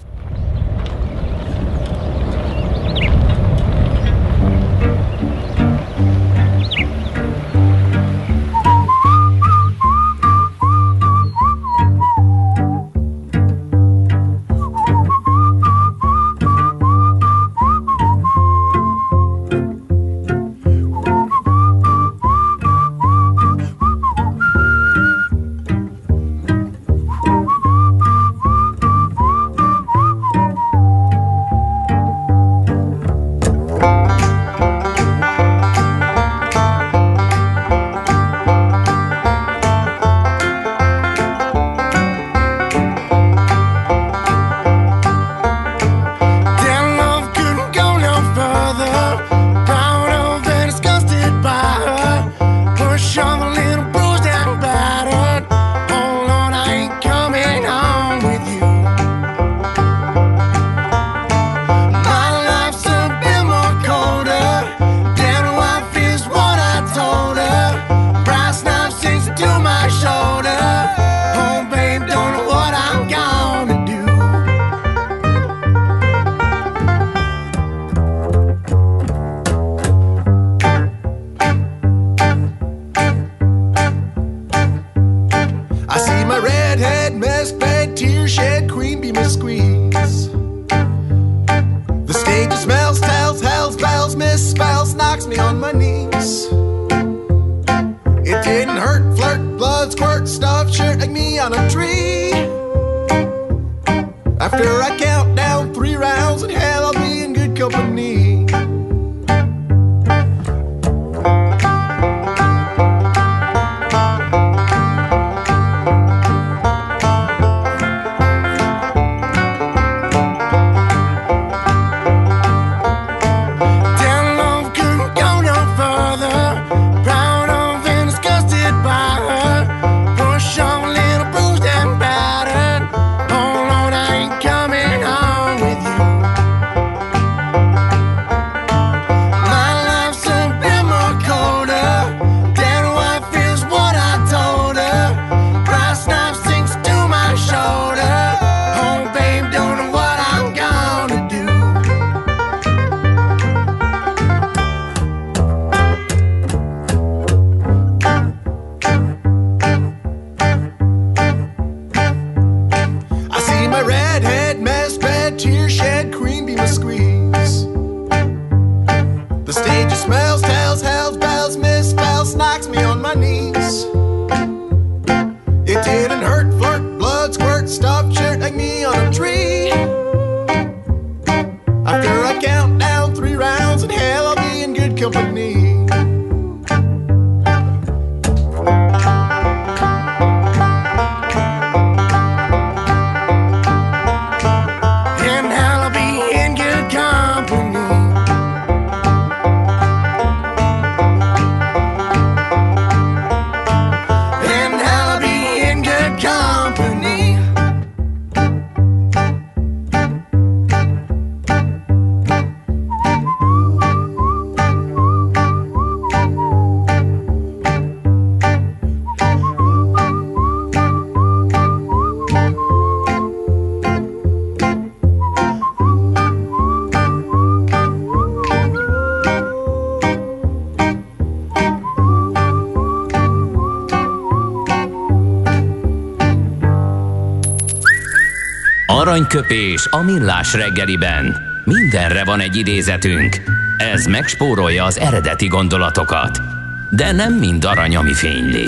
Aranyköpés a Millás reggeliben. Mindenre van egy idézetünk. Ez megspórolja az eredeti gondolatokat. De nem mind arany, ami fényli.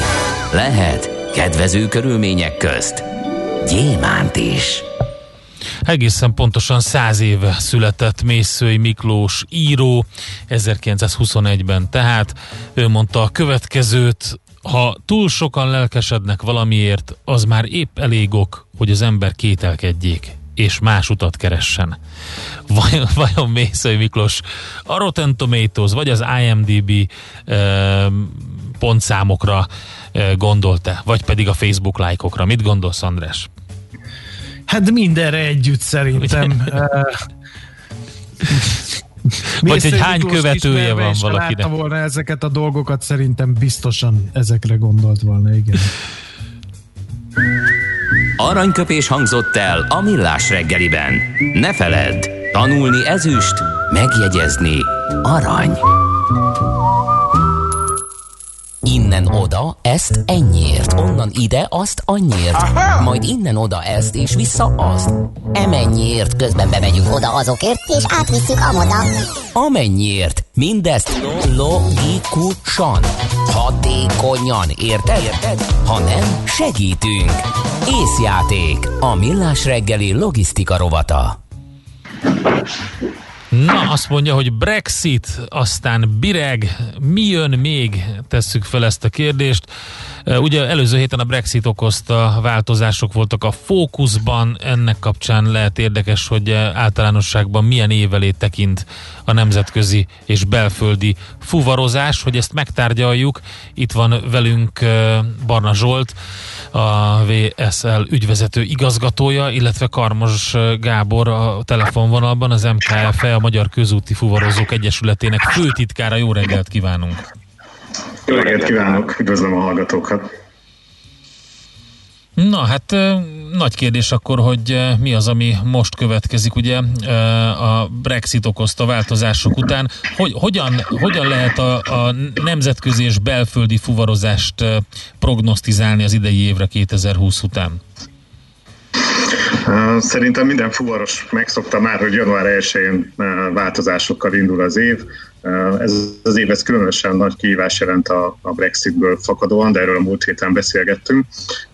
Lehet kedvező körülmények közt gyémánt is. Egészen pontosan száz éve született Mészői Miklós író, ezerkilencszázhuszonegyben tehát. Ő mondta a következőt: ha túl sokan lelkesednek valamiért, az már épp elég ok, hogy az ember kételkedjék, és más utat keressen. Vajon, vajon Mészői Miklós a Rotten Tomatoes, vagy az I M D B eh, pontszámokra eh, gondolt-e, vagy pedig a Facebook lájkokra? Mit gondolsz, András? Hát mindenre együtt szerintem. Vagy hogy hány követője van valakinek. Látta volna ezeket a dolgokat, szerintem biztosan ezekre gondolt volna, igen. Aranyköpés hangzott el a Millás reggeliben. Ne feledd, tanulni ezüst, megjegyezni arany. Innen oda, ezt ennyiért, onnan ide, azt annyiért, majd innen oda ezt, és vissza azt. Emennyiért, közben bemegyünk oda azokért, és átvisszük amoda. Amennyiért, mindezt logikusan, hatékonyan, érted? Érted? Ha nem, segítünk. Észjáték, a Millás reggeli logisztika rovata. Na, azt mondja, hogy Brexit, aztán Bireg, mi jön még? Tesszük fel ezt a kérdést. Ugye előző héten a Brexit okozta változások voltak a fókuszban, ennek kapcsán lehet érdekes, hogy általánosságban milyen év elé tekint a nemzetközi és belföldi fuvarozás, hogy ezt megtárgyaljuk. Itt van velünk Barna Zsolt, a vé es el ügyvezető igazgatója, illetve Karmos Gábor a telefonvonalban, az em ká ef e, a Magyar Közúti Fuvarozók Egyesületének főtitkára. Jó reggelt kívánunk! Jó reggelt kívánok, üdvözlöm a hallgatókat! Na hát nagy kérdés akkor, hogy mi az, ami most következik, ugye a Brexit okozta változások után. Hogy, hogyan, hogyan lehet a, a nemzetközi és belföldi fuvarozást prognosztizálni az idei évre kétezer-húsz után? Szerintem minden fuvaros megszokta már, hogy január elsején változásokkal indul az év. Ez az év ez különösen nagy kihívás jelent a, a Brexitből fakadóan, de erről a múlt héten beszélgettünk.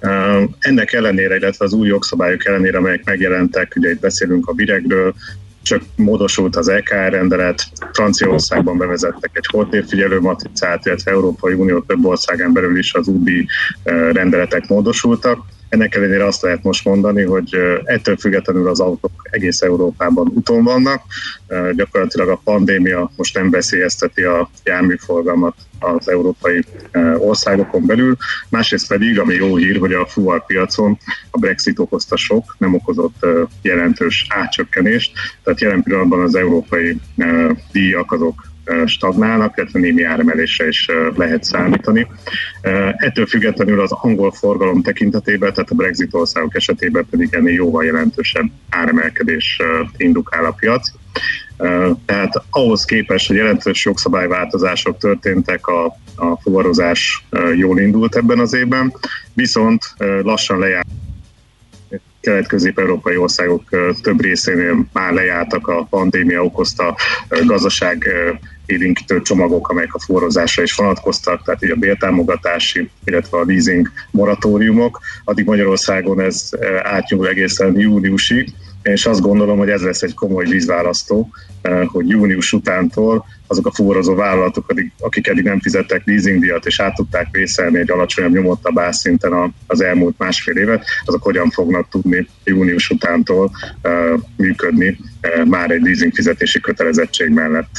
Ennek ellenére, illetve az új jogszabályok ellenére, amelyek megjelentek, ugye itt beszélünk a Biregről, csak módosult az é ká er rendelet, Franciaországban bevezettek egy holtévfigyelő matricát, illetve Európai Unió több országán belül is az u bé i rendeletek módosultak. Ennek ellenére azt lehet most mondani, hogy ettől függetlenül az autók egész Európában úton vannak. Gyakorlatilag a pandémia most nem veszélyezteti a járműforgalmat az európai országokon belül. Másrészt pedig, ami jó hír, hogy a fuvarpiacon a Brexit okozta sok, nem okozott jelentős átcsökkenést. Tehát jelen pillanatban az európai díjak azok stagnálnak, illetve némi áremelésre is lehet számítani. Ettől függetlenül az angol forgalom tekintetében, tehát a Brexit országok esetében pedig ennél jóval jelentősebb áremelkedés indukál a piac. Tehát ahhoz képest, hogy jelentős jogszabályváltozások történtek, a, a fuvarozás jól indult ebben az évben, viszont lassan lejárt. Kelet-közép-európai országok több részénél már lejártak a pandémia okozta gazdaság élénkítő csomagok, amelyek a fuvarozásra is vonatkoztak, tehát így a bértámogatási, illetve a leasing moratóriumok. Addig Magyarországon ez átnyúl egészen júniusig, és azt gondolom, hogy ez lesz egy komoly vízválasztó, hogy június utántól azok a fuvarozó vállalatok, akik eddig nem fizettek leasingdíjat, és át tudták vészelni egy alacsonyabb nyomottabb árszinten az elmúlt másfél évet, azok hogyan fognak tudni június utántól működni már egy leasing fizetési kötelezettség mellett.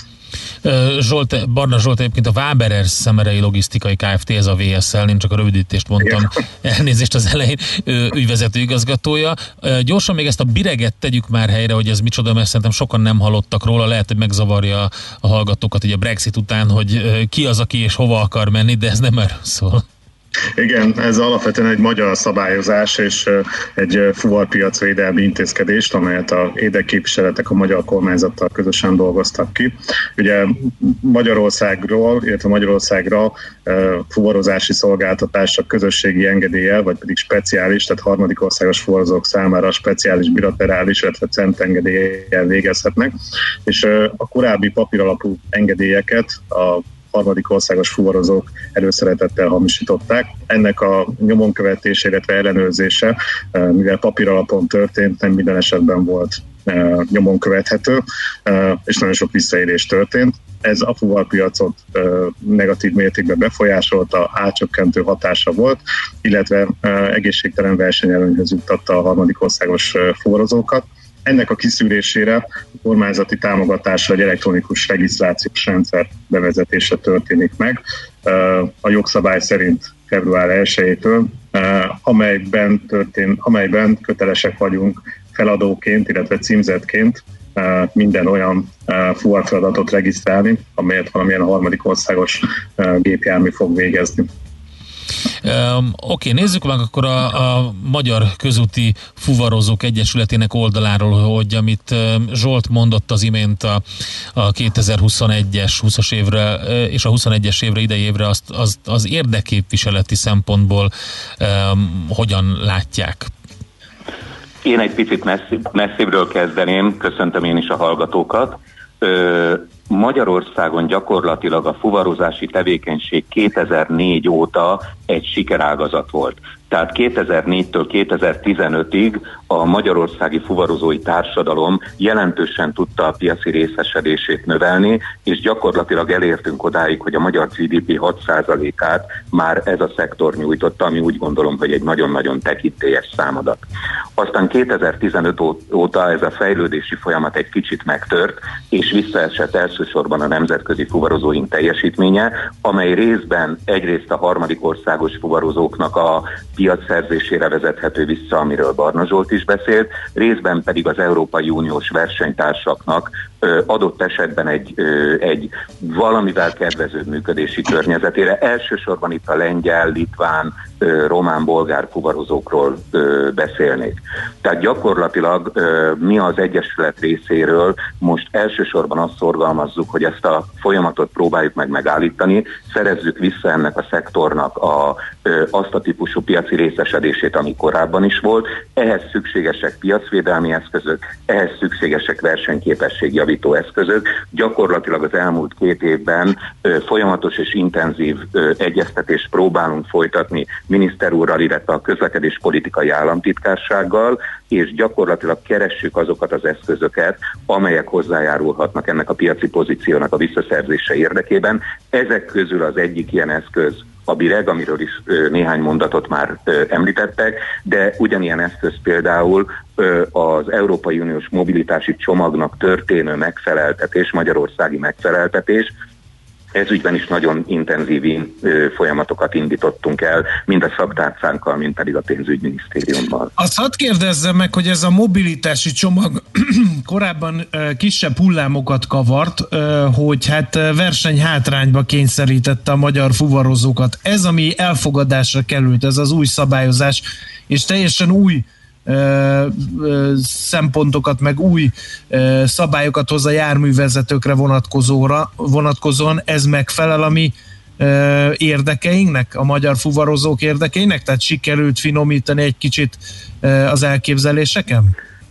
Zsolt, Barna Zsolt egyébként a Waberers Szemerei Logisztikai Kft., ez a vé es el, én csak a rövidítést mondtam, elnézést az elején, ügyvezető igazgatója. Gyorsan még ezt a Bireget tegyük már helyre, hogy ez micsoda, mert szerintem sokan nem hallottak róla, lehet, hogy megzavarja a hallgatókat ugye a Brexit után, hogy ki az, aki és hova akar menni, de ez nem erről szól. Igen, ez alapvetően egy magyar szabályozás és egy fuvarpiacvédelmi intézkedést, amelyet a érdekképviseletek a magyar kormányzattal közösen dolgoztak ki. Ugye Magyarországról, illetve Magyarországra fuvarozási szolgáltatásra közösségi engedéllyel, vagy pedig speciális, tehát harmadik országos fuvarozók számára speciális bilaterális, illetve centengedéllyel végezhetnek, és a korábbi papíralapú engedélyeket a harmadik országos fuvarozók előszeretettel hamisították. Ennek a nyomon követése, illetve ellenőrzése, mivel papíralapon történt, nem minden esetben volt nyomon követhető, és nagyon sok visszaélés történt. Ez a fuvarpiacot negatív mértékben befolyásolta, átcsökkentő hatása volt, illetve egészségtelen versenyelőnyhöz juttatta a harmadik országos fuvarozókat. Ennek a kiszűrésére a kormányzati támogatásra egy elektronikus regisztrációs rendszer bevezetése történik meg. A jogszabály szerint február elsejétől, amelyben, történ, amelyben kötelesek vagyunk feladóként, illetve címzetként minden olyan fuvarfeladatot regisztrálni, amelyet valamilyen harmadik országos gépjármű fog végezni. Um, Oké, okay, nézzük meg akkor a, a Magyar Közúti Fuvarozók Egyesületének oldaláról, hogy amit Zsolt mondott az imént a, a kétezer-huszonegyes, húszas évre és a huszonegyes évre, idei évre, azt, azt az érdekképviseleti szempontból um, hogyan látják? Én egy picit messzi, messzibbről kezdeném, köszöntöm én is a hallgatókat. Ö, Magyarországon gyakorlatilag a fuvarozási tevékenység kétezer-négy óta egy sikerágazat volt. Tehát kétezer-négytől kétezer-tizenötig a magyarországi fuvarozói társadalom jelentősen tudta a piaci részesedését növelni, és gyakorlatilag elértünk odáig, hogy a magyar gé dé pé hat százalékát már ez a szektor nyújtotta, ami úgy gondolom, hogy egy nagyon-nagyon tekintélyes számadat. Aztán kétezer-tizenöt óta ez a fejlődési folyamat egy kicsit megtört, és visszaesett elsősorban a nemzetközi fuvarozóink teljesítménye, amely részben egyrészt a harmadik országos fuvarozóknak a piacszerzésére vezethető vissza, amiről Barna Zsolt is beszélt, részben pedig az Európai Uniós versenytársaknak ö, adott esetben egy, ö, egy valamivel kedvezőbb működési környezetére, elsősorban itt a lengyel, litván, ö, román, bolgár fuvarozókról ö, beszélnék. Tehát gyakorlatilag ö, mi az Egyesület részéről most elsősorban azt szorgalmazzuk, hogy ezt a folyamatot próbáljuk meg megállítani, szerezzük vissza ennek a szektornak a, ö, azt a típusú piaci részesedését, ami korábban is volt. Ehhez szükségesek piacvédelmi eszközök, ehhez szükségesek versenyképességjavító eszközök. Gyakorlatilag az elmúlt két évben ö, folyamatos és intenzív ö, egyeztetést próbálunk folytatni miniszter úrral, illetve a közlekedéspolitikai államtitkársággal, és gyakorlatilag keressük azokat az eszközöket, amelyek hozzájárulhatnak ennek a piaci pozíciónak a visszaszerzése érdekében. Ezek közül az egyik ilyen eszköz a BIREG, amiről is ö, néhány mondatot már ö, említettek, de ugyanilyen eszköz például ö, az Európai Uniós mobilitási csomagnak történő megfeleltetés, magyarországi megfeleltetés. Ez ügyben is nagyon intenzív ö, folyamatokat indítottunk el, mind a szabtárcánkkal, mind pedig a pénzügyminisztériummal. Azt hadd kérdezzem meg, hogy ez a mobilitási csomag korábban ö, kisebb hullámokat kavart, ö, hogy hát versenyhátrányba kényszerítette a magyar fuvarozókat. Ez, ami elfogadásra került, ez az új szabályozás, és teljesen új Ö, ö, szempontokat, meg új ö, szabályokat hoz a járművezetőkre vonatkozóra, vonatkozóan, ez megfelel a mi ö, érdekeinknek, a magyar fuvarozók érdekeinek? Tehát sikerült finomítani egy kicsit ö, az elképzeléseken?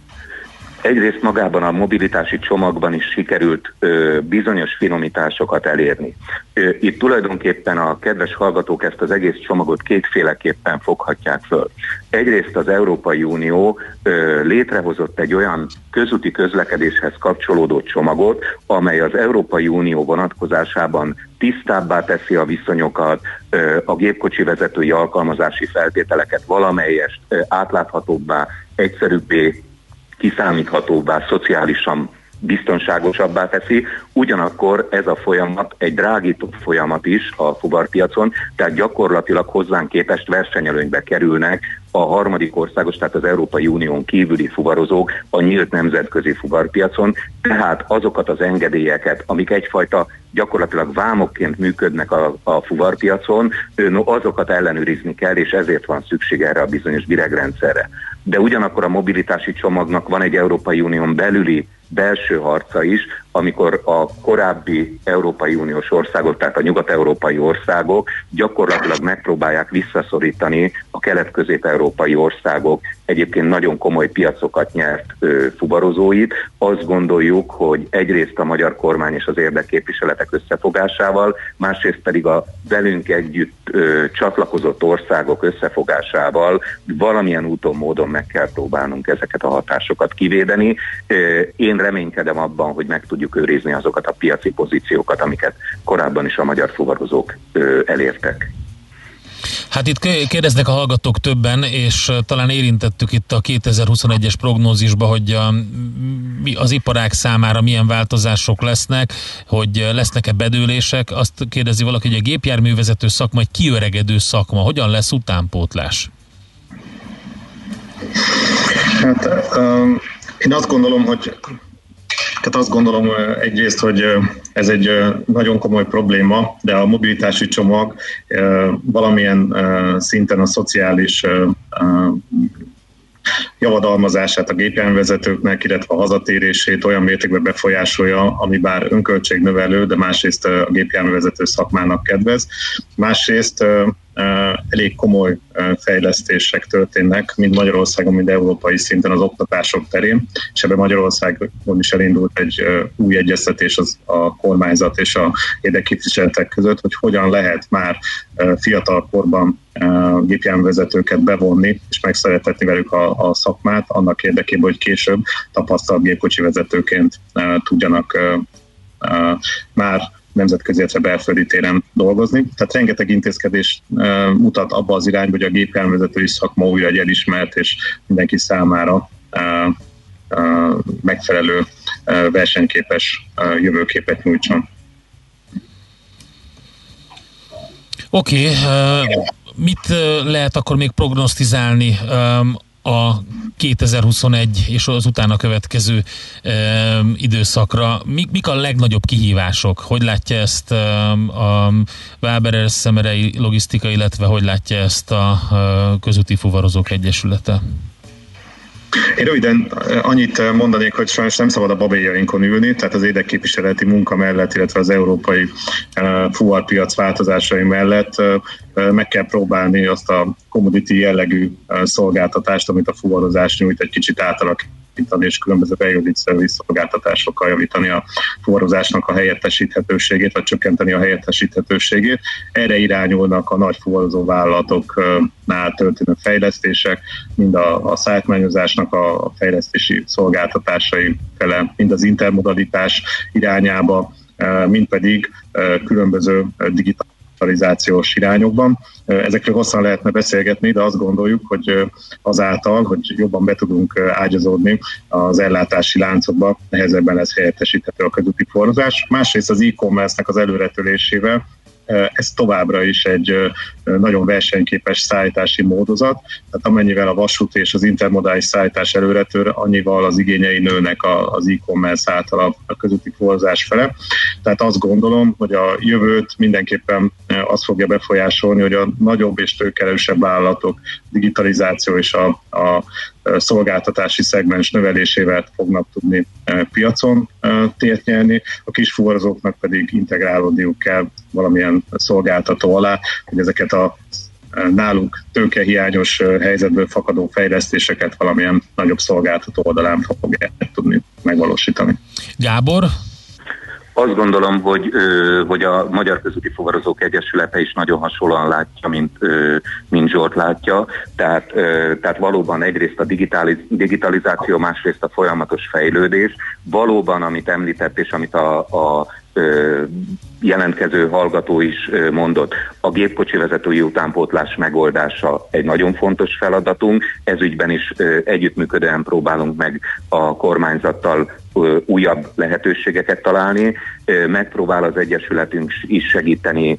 Egyrészt magában a mobilitási csomagban is sikerült ö, bizonyos finomításokat elérni. Ö, itt tulajdonképpen a kedves hallgatók ezt az egész csomagot kétféleképpen foghatják föl. Egyrészt az Európai Unió ö, létrehozott egy olyan közúti közlekedéshez kapcsolódó csomagot, amely az Európai Unió vonatkozásában tisztábbá teszi a viszonyokat, ö, a gépkocsi vezetői alkalmazási feltételeket valamelyest ö, átláthatóbbá, egyszerűbbé, kiszámíthatóbbá, szociálisan biztonságosabbá teszi, ugyanakkor ez a folyamat egy drágító folyamat is a fuvarpiacon, tehát gyakorlatilag hozzánk képest versenyelőnybe kerülnek a harmadik országos, tehát az Európai Unión kívüli fuvarozók a nyílt nemzetközi fuvarpiacon, tehát azokat az engedélyeket, amik egyfajta gyakorlatilag vámokként működnek a, a fuvarpiacon, no, azokat ellenőrizni kell, és ezért van szükség erre a bizonyos biregrendszerre. De ugyanakkor a mobilitási csomagnak van egy Európai Unión belüli belső harca is, amikor a korábbi Európai Uniós országok, tehát a nyugat-európai országok gyakorlatilag megpróbálják visszaszorítani a kelet-közép-európai országok egyébként nagyon komoly piacokat nyert ö, fuvarozóit. Azt gondoljuk, hogy egyrészt a magyar kormány és az érdekképviseletek összefogásával, másrészt pedig a velünk együtt ö, csatlakozott országok összefogásával valamilyen úton, módon meg kell próbálnunk ezeket a hatásokat kivédeni. Ö, én reménykedem abban, hogy meg tudjuk őrizni azokat a piaci pozíciókat, amiket korábban is a magyar fuvarozók ö, elértek. Hát itt kérdeznek a hallgatók többen, és talán érintettük itt a kétezer-huszonegyes prognózisba, hogy a, az iparág számára milyen változások lesznek, hogy lesznek-e bedőlések. Azt kérdezi valaki, hogy a gépjárművezető szakma egy kiöregedő szakma. Hogyan lesz utánpótlás? Hát um, én azt gondolom, hogy Tehát azt gondolom egyrészt, hogy ez egy nagyon komoly probléma, de a mobilitási csomag valamilyen szinten a szociális javadalmazását a gépjárművezetőknek, illetve a hazatérését olyan mértékben befolyásolja, ami bár önköltségnövelő, de másrészt a gépjárművezető szakmának kedvez. Másrészt elég komoly fejlesztések történnek, mind Magyarországon, mind európai szinten az oktatások terén, és ebben Magyarországon is elindult egy új egyeztetés az a kormányzat és a érdekképviseletek között, hogy hogyan lehet már fiatal korban gépjárművezetőket bevonni, és megszeretetni velük a, a szakmát, annak érdekében, hogy később tapasztalt gépkocsi vezetőként tudjanak már nemzetközi, illetve belföldi téren dolgozni. Tehát rengeteg intézkedés uh, mutat abba az irányba, hogy a gépjárművezetői szakma újra egy elismert és mindenki számára uh, uh, megfelelő uh, versenyképes uh, jövőképet nyújtson. Oké, okay, uh, mit lehet akkor még prognosztizálni um, a kétezer-huszonegy és az utána következő e, időszakra? Mik, mik a legnagyobb kihívások? Hogy látja ezt e, a Waberers Szemerei Logisztika, illetve hogy látja ezt a, a Közúti Fuvarozók Egyesülete? Én röviden annyit mondanék, hogy sajnos nem szabad a babéjainkon ülni, tehát az érdekképviseleti munka mellett, illetve az európai fuvarpiac változásai mellett meg kell próbálni azt a commodity jellegű szolgáltatást, amit a fuvarozás nyújt, egy kicsit átalakítani, és különböző periodic service szolgáltatásokkal javítani a fuvarozásnak a helyettesíthetőségét, vagy csökkenteni a helyettesíthetőségét. Erre irányulnak a nagy fuvarozó vállalatoknál történő fejlesztések, mind a, a szállítmányozásnak a fejlesztési szolgáltatásai fele, mind az intermodalitás irányába, mind pedig különböző digitális digitalizációs irányokban. Ezekről hosszan lehetne beszélgetni, de azt gondoljuk, hogy azáltal, hogy jobban be tudunk ágyazódni az ellátási láncokba, nehezebben lesz helyettesíthető a közúti fuvarozás. Másrészt az e-commerce-nek az előretölésével ez továbbra is egy nagyon versenyképes szállítási módozat, tehát amennyivel a vasúti és az intermodális szállítás előretör, annyival az igényei nőnek az e-commerce által a közúti fuvarozás fele. Tehát azt gondolom, hogy a jövőt mindenképpen azt fogja befolyásolni, hogy a nagyobb és tőkerősebb vállalatok digitalizáció és a, a szolgáltatási szegmens növelésével fognak tudni piacon tért nyerni, a kis fuvarozóknak pedig integrálódniuk kell valamilyen szolgáltató alá, hogy ezeket a náluk tőkehiányos helyzetből fakadó fejlesztéseket valamilyen nagyobb szolgáltató oldalán fogják tudni megvalósítani. Gábor? Azt gondolom, hogy, hogy a Magyar Közúti Fuvarozók Egyesülete is nagyon hasonlóan látja, mint, mint Zsolt látja. Tehát, tehát valóban egyrészt a digitaliz, digitalizáció, másrészt a folyamatos fejlődés. Valóban, amit említett, és amit a, a jelentkező hallgató is mondott, a gépkocsi vezetői utánpótlás megoldása egy nagyon fontos feladatunk. Ez ügyben is együttműködően próbálunk meg a kormányzattal újabb lehetőségeket találni. Megpróbál az Egyesületünk is segíteni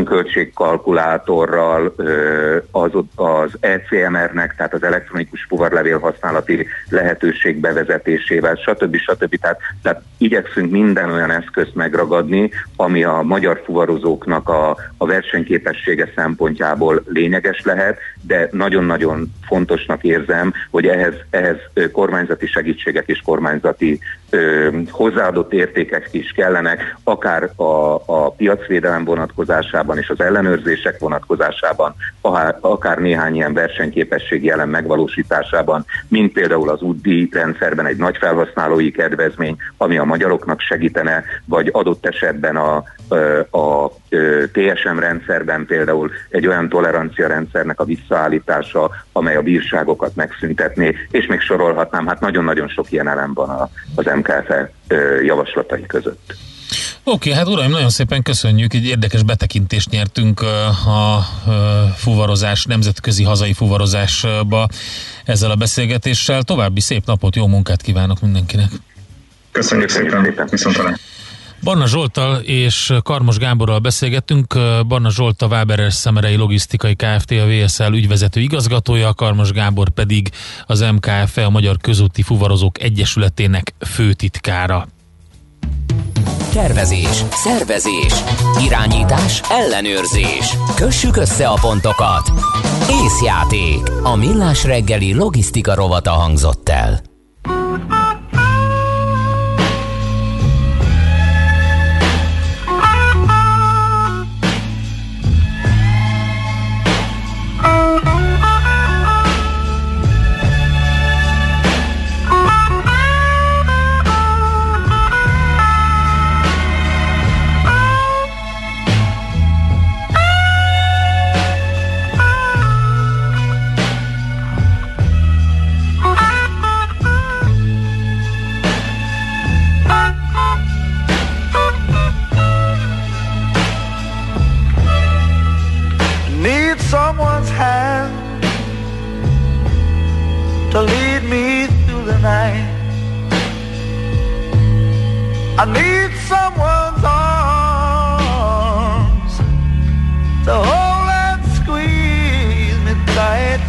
önköltségkalkulátorral, az, az E C M R-nek, tehát az elektronikus fuvarlevél használati lehetőség bevezetésével, stb. stb. Tehát, tehát igyekszünk minden olyan eszközt megragadni, ami a magyar fuvarozóknak a, a versenyképessége szempontjából lényeges lehet, de nagyon-nagyon fontosnak érzem, hogy ehhez, ehhez kormányzati segítségek és kormányzati ö, hozzáadott értékek is kellenek, akár a, a piacvédelem vonatkozásában és az ellenőrzések vonatkozásában, akár néhány ilyen versenyképességi elem megvalósításában, mint például az útdíj rendszerben egy nagy felhasználói kedvezmény, ami a magyaroknak segítene, vagy adott esetben a, a, a té es em rendszerben például egy olyan tolerancia rendszernek a visszaállítása, amely a bírságokat megszüntetné, és még sorolhatnám, hát nagyon-nagyon sok ilyen elem van a, az em ká ef e javaslatai között. Oké, hát uraim, nagyon szépen köszönjük, egy érdekes betekintést nyertünk a fuvarozás, nemzetközi hazai fuvarozásba ezzel a beszélgetéssel. További szép napot, jó munkát kívánok mindenkinek! Köszönjük szépen, viszontalán! Barna Zsolttal és Karmos Gáborral beszélgettünk. Barna Zsolt a Waberers Szemerei Logisztikai Kft. A vé es el ügyvezető igazgatója, Karmos Gábor pedig az em ká ef e, a Magyar Közúti Fuvarozók Egyesületének főtitkára. Tervezés, szervezés, irányítás, ellenőrzés. Kössük össze a pontokat. Észjáték. A Millás reggeli logisztika rovata hangzott el. To lead me through the night, I need someone's arms to hold and squeeze me tight.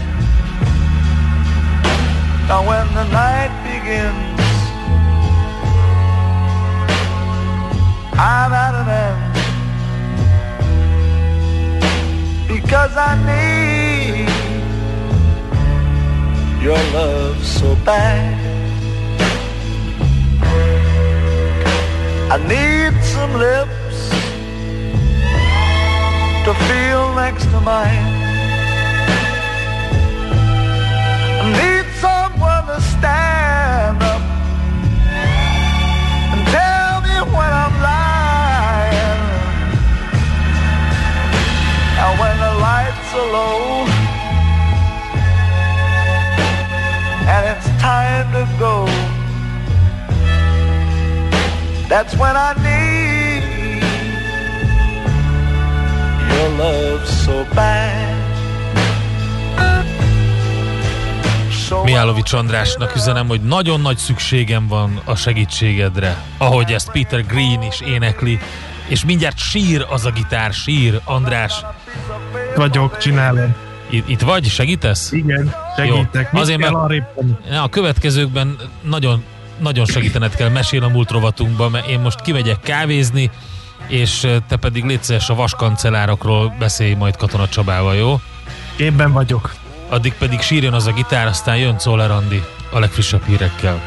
Now when the night begins, I'm at an end, because I need your love so bad. I need some lips to feel next to mine. I need someone to stand up and tell me when I'm lying. And when the lights are low and it's time to go, that's when I need your love so bad. So Mihálovics Andrásnak üzenem, hogy nagyon nagy szükségem van a segítségedre, ahogy ezt Peter Green is énekli, és mindjárt sír az a gitár, sír, András. Vagyok, csinálom. Itt, itt vagy? Segítesz? Igen, segítek. Azért, mert a következőkben nagyon, nagyon segítened kell, mesél a múlt rovatunkban, mert én most kimegyek kávézni, és te pedig légy szíves a vaskancelárokról beszélj majd Katona Csabával, jó? Képben vagyok. Addig pedig sírjon az a gitár, aztán jön Czoller Andi a legfrissebb hírekkel.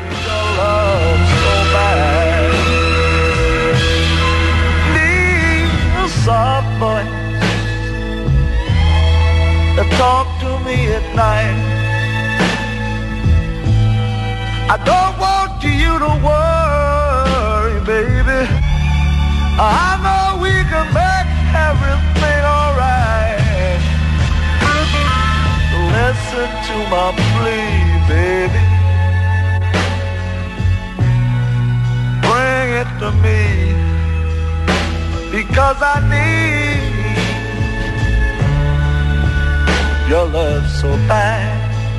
Talk to me at night. I don't want you to worry, baby. I know we can make everything alright. Listen to my plea, baby. Bring it to me, because I need your love so bad.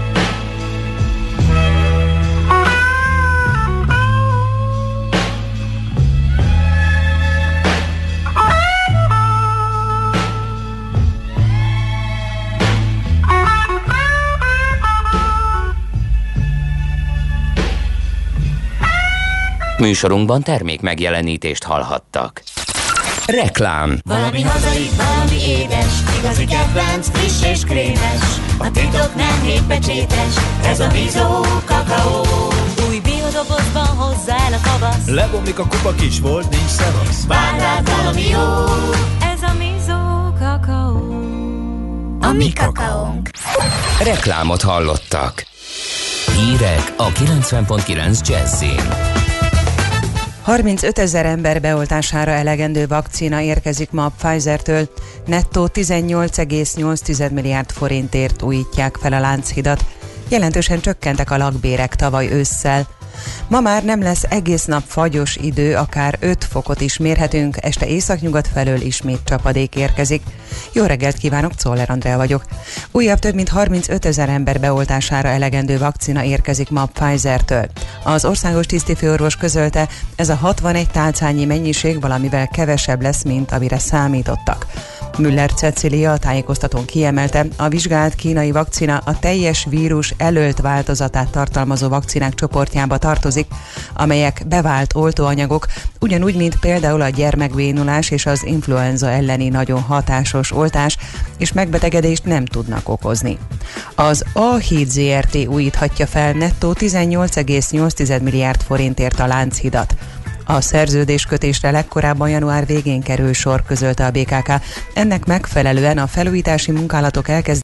Műsorunkban termék megjelenítést hallhattak. Reklám. Valami hazai, valami édes, igazi kedvenc, friss és krémes. A titok nem hétpecsétes, ez a Mizó kakaó. Új biodobozban hozzá el a kavasz. Lebomlik a kupa, kis volt, nincs szevasz. Vár rád valami jó, ez a Mizó kakaó. A mi kakaónk. Reklámot hallottak. Hírek a kilencven pont kilenc Jazzin. harmincötezer ember beoltására elegendő vakcina érkezik ma a Pfizer-től. Nettó tizennyolc egész nyolc milliárd forintért újítják fel a Lánchidat. Jelentősen csökkentek a lakbérek tavaly ősszel. Ma már nem lesz egész nap fagyos idő, akár öt fokot is mérhetünk, este északnyugat felől ismét csapadék érkezik. Jó reggelt kívánok, Czoller Andrea vagyok. Újabb több mint harmincötezer ember beoltására elegendő vakcina érkezik ma a Pfizer-től. Az országos tisztifőorvos közölte, ez a hatvanegy tálcányi mennyiség valamivel kevesebb lesz, mint amire számítottak. Müller Cecília a tájékoztatón kiemelte, a vizsgált kínai vakcina a teljes vírus elölt változatát tartalmazó vakcinák csoportjába tartozik, amelyek bevált oltóanyagok, ugyanúgy, mint például a gyermekbénulás és az influenza elleni nagyon hatásos oltás, és megbetegedést nem tudnak okozni. Az A-híd zé er té újíthatja fel nettó tizennyolc egész nyolc milliárd forintért a Lánchidat. A szerződéskötésre legkorábban január végén kerül sor, közölte a bé ká ká. Ennek megfelelően a felújítási munkálatok elkezdődnek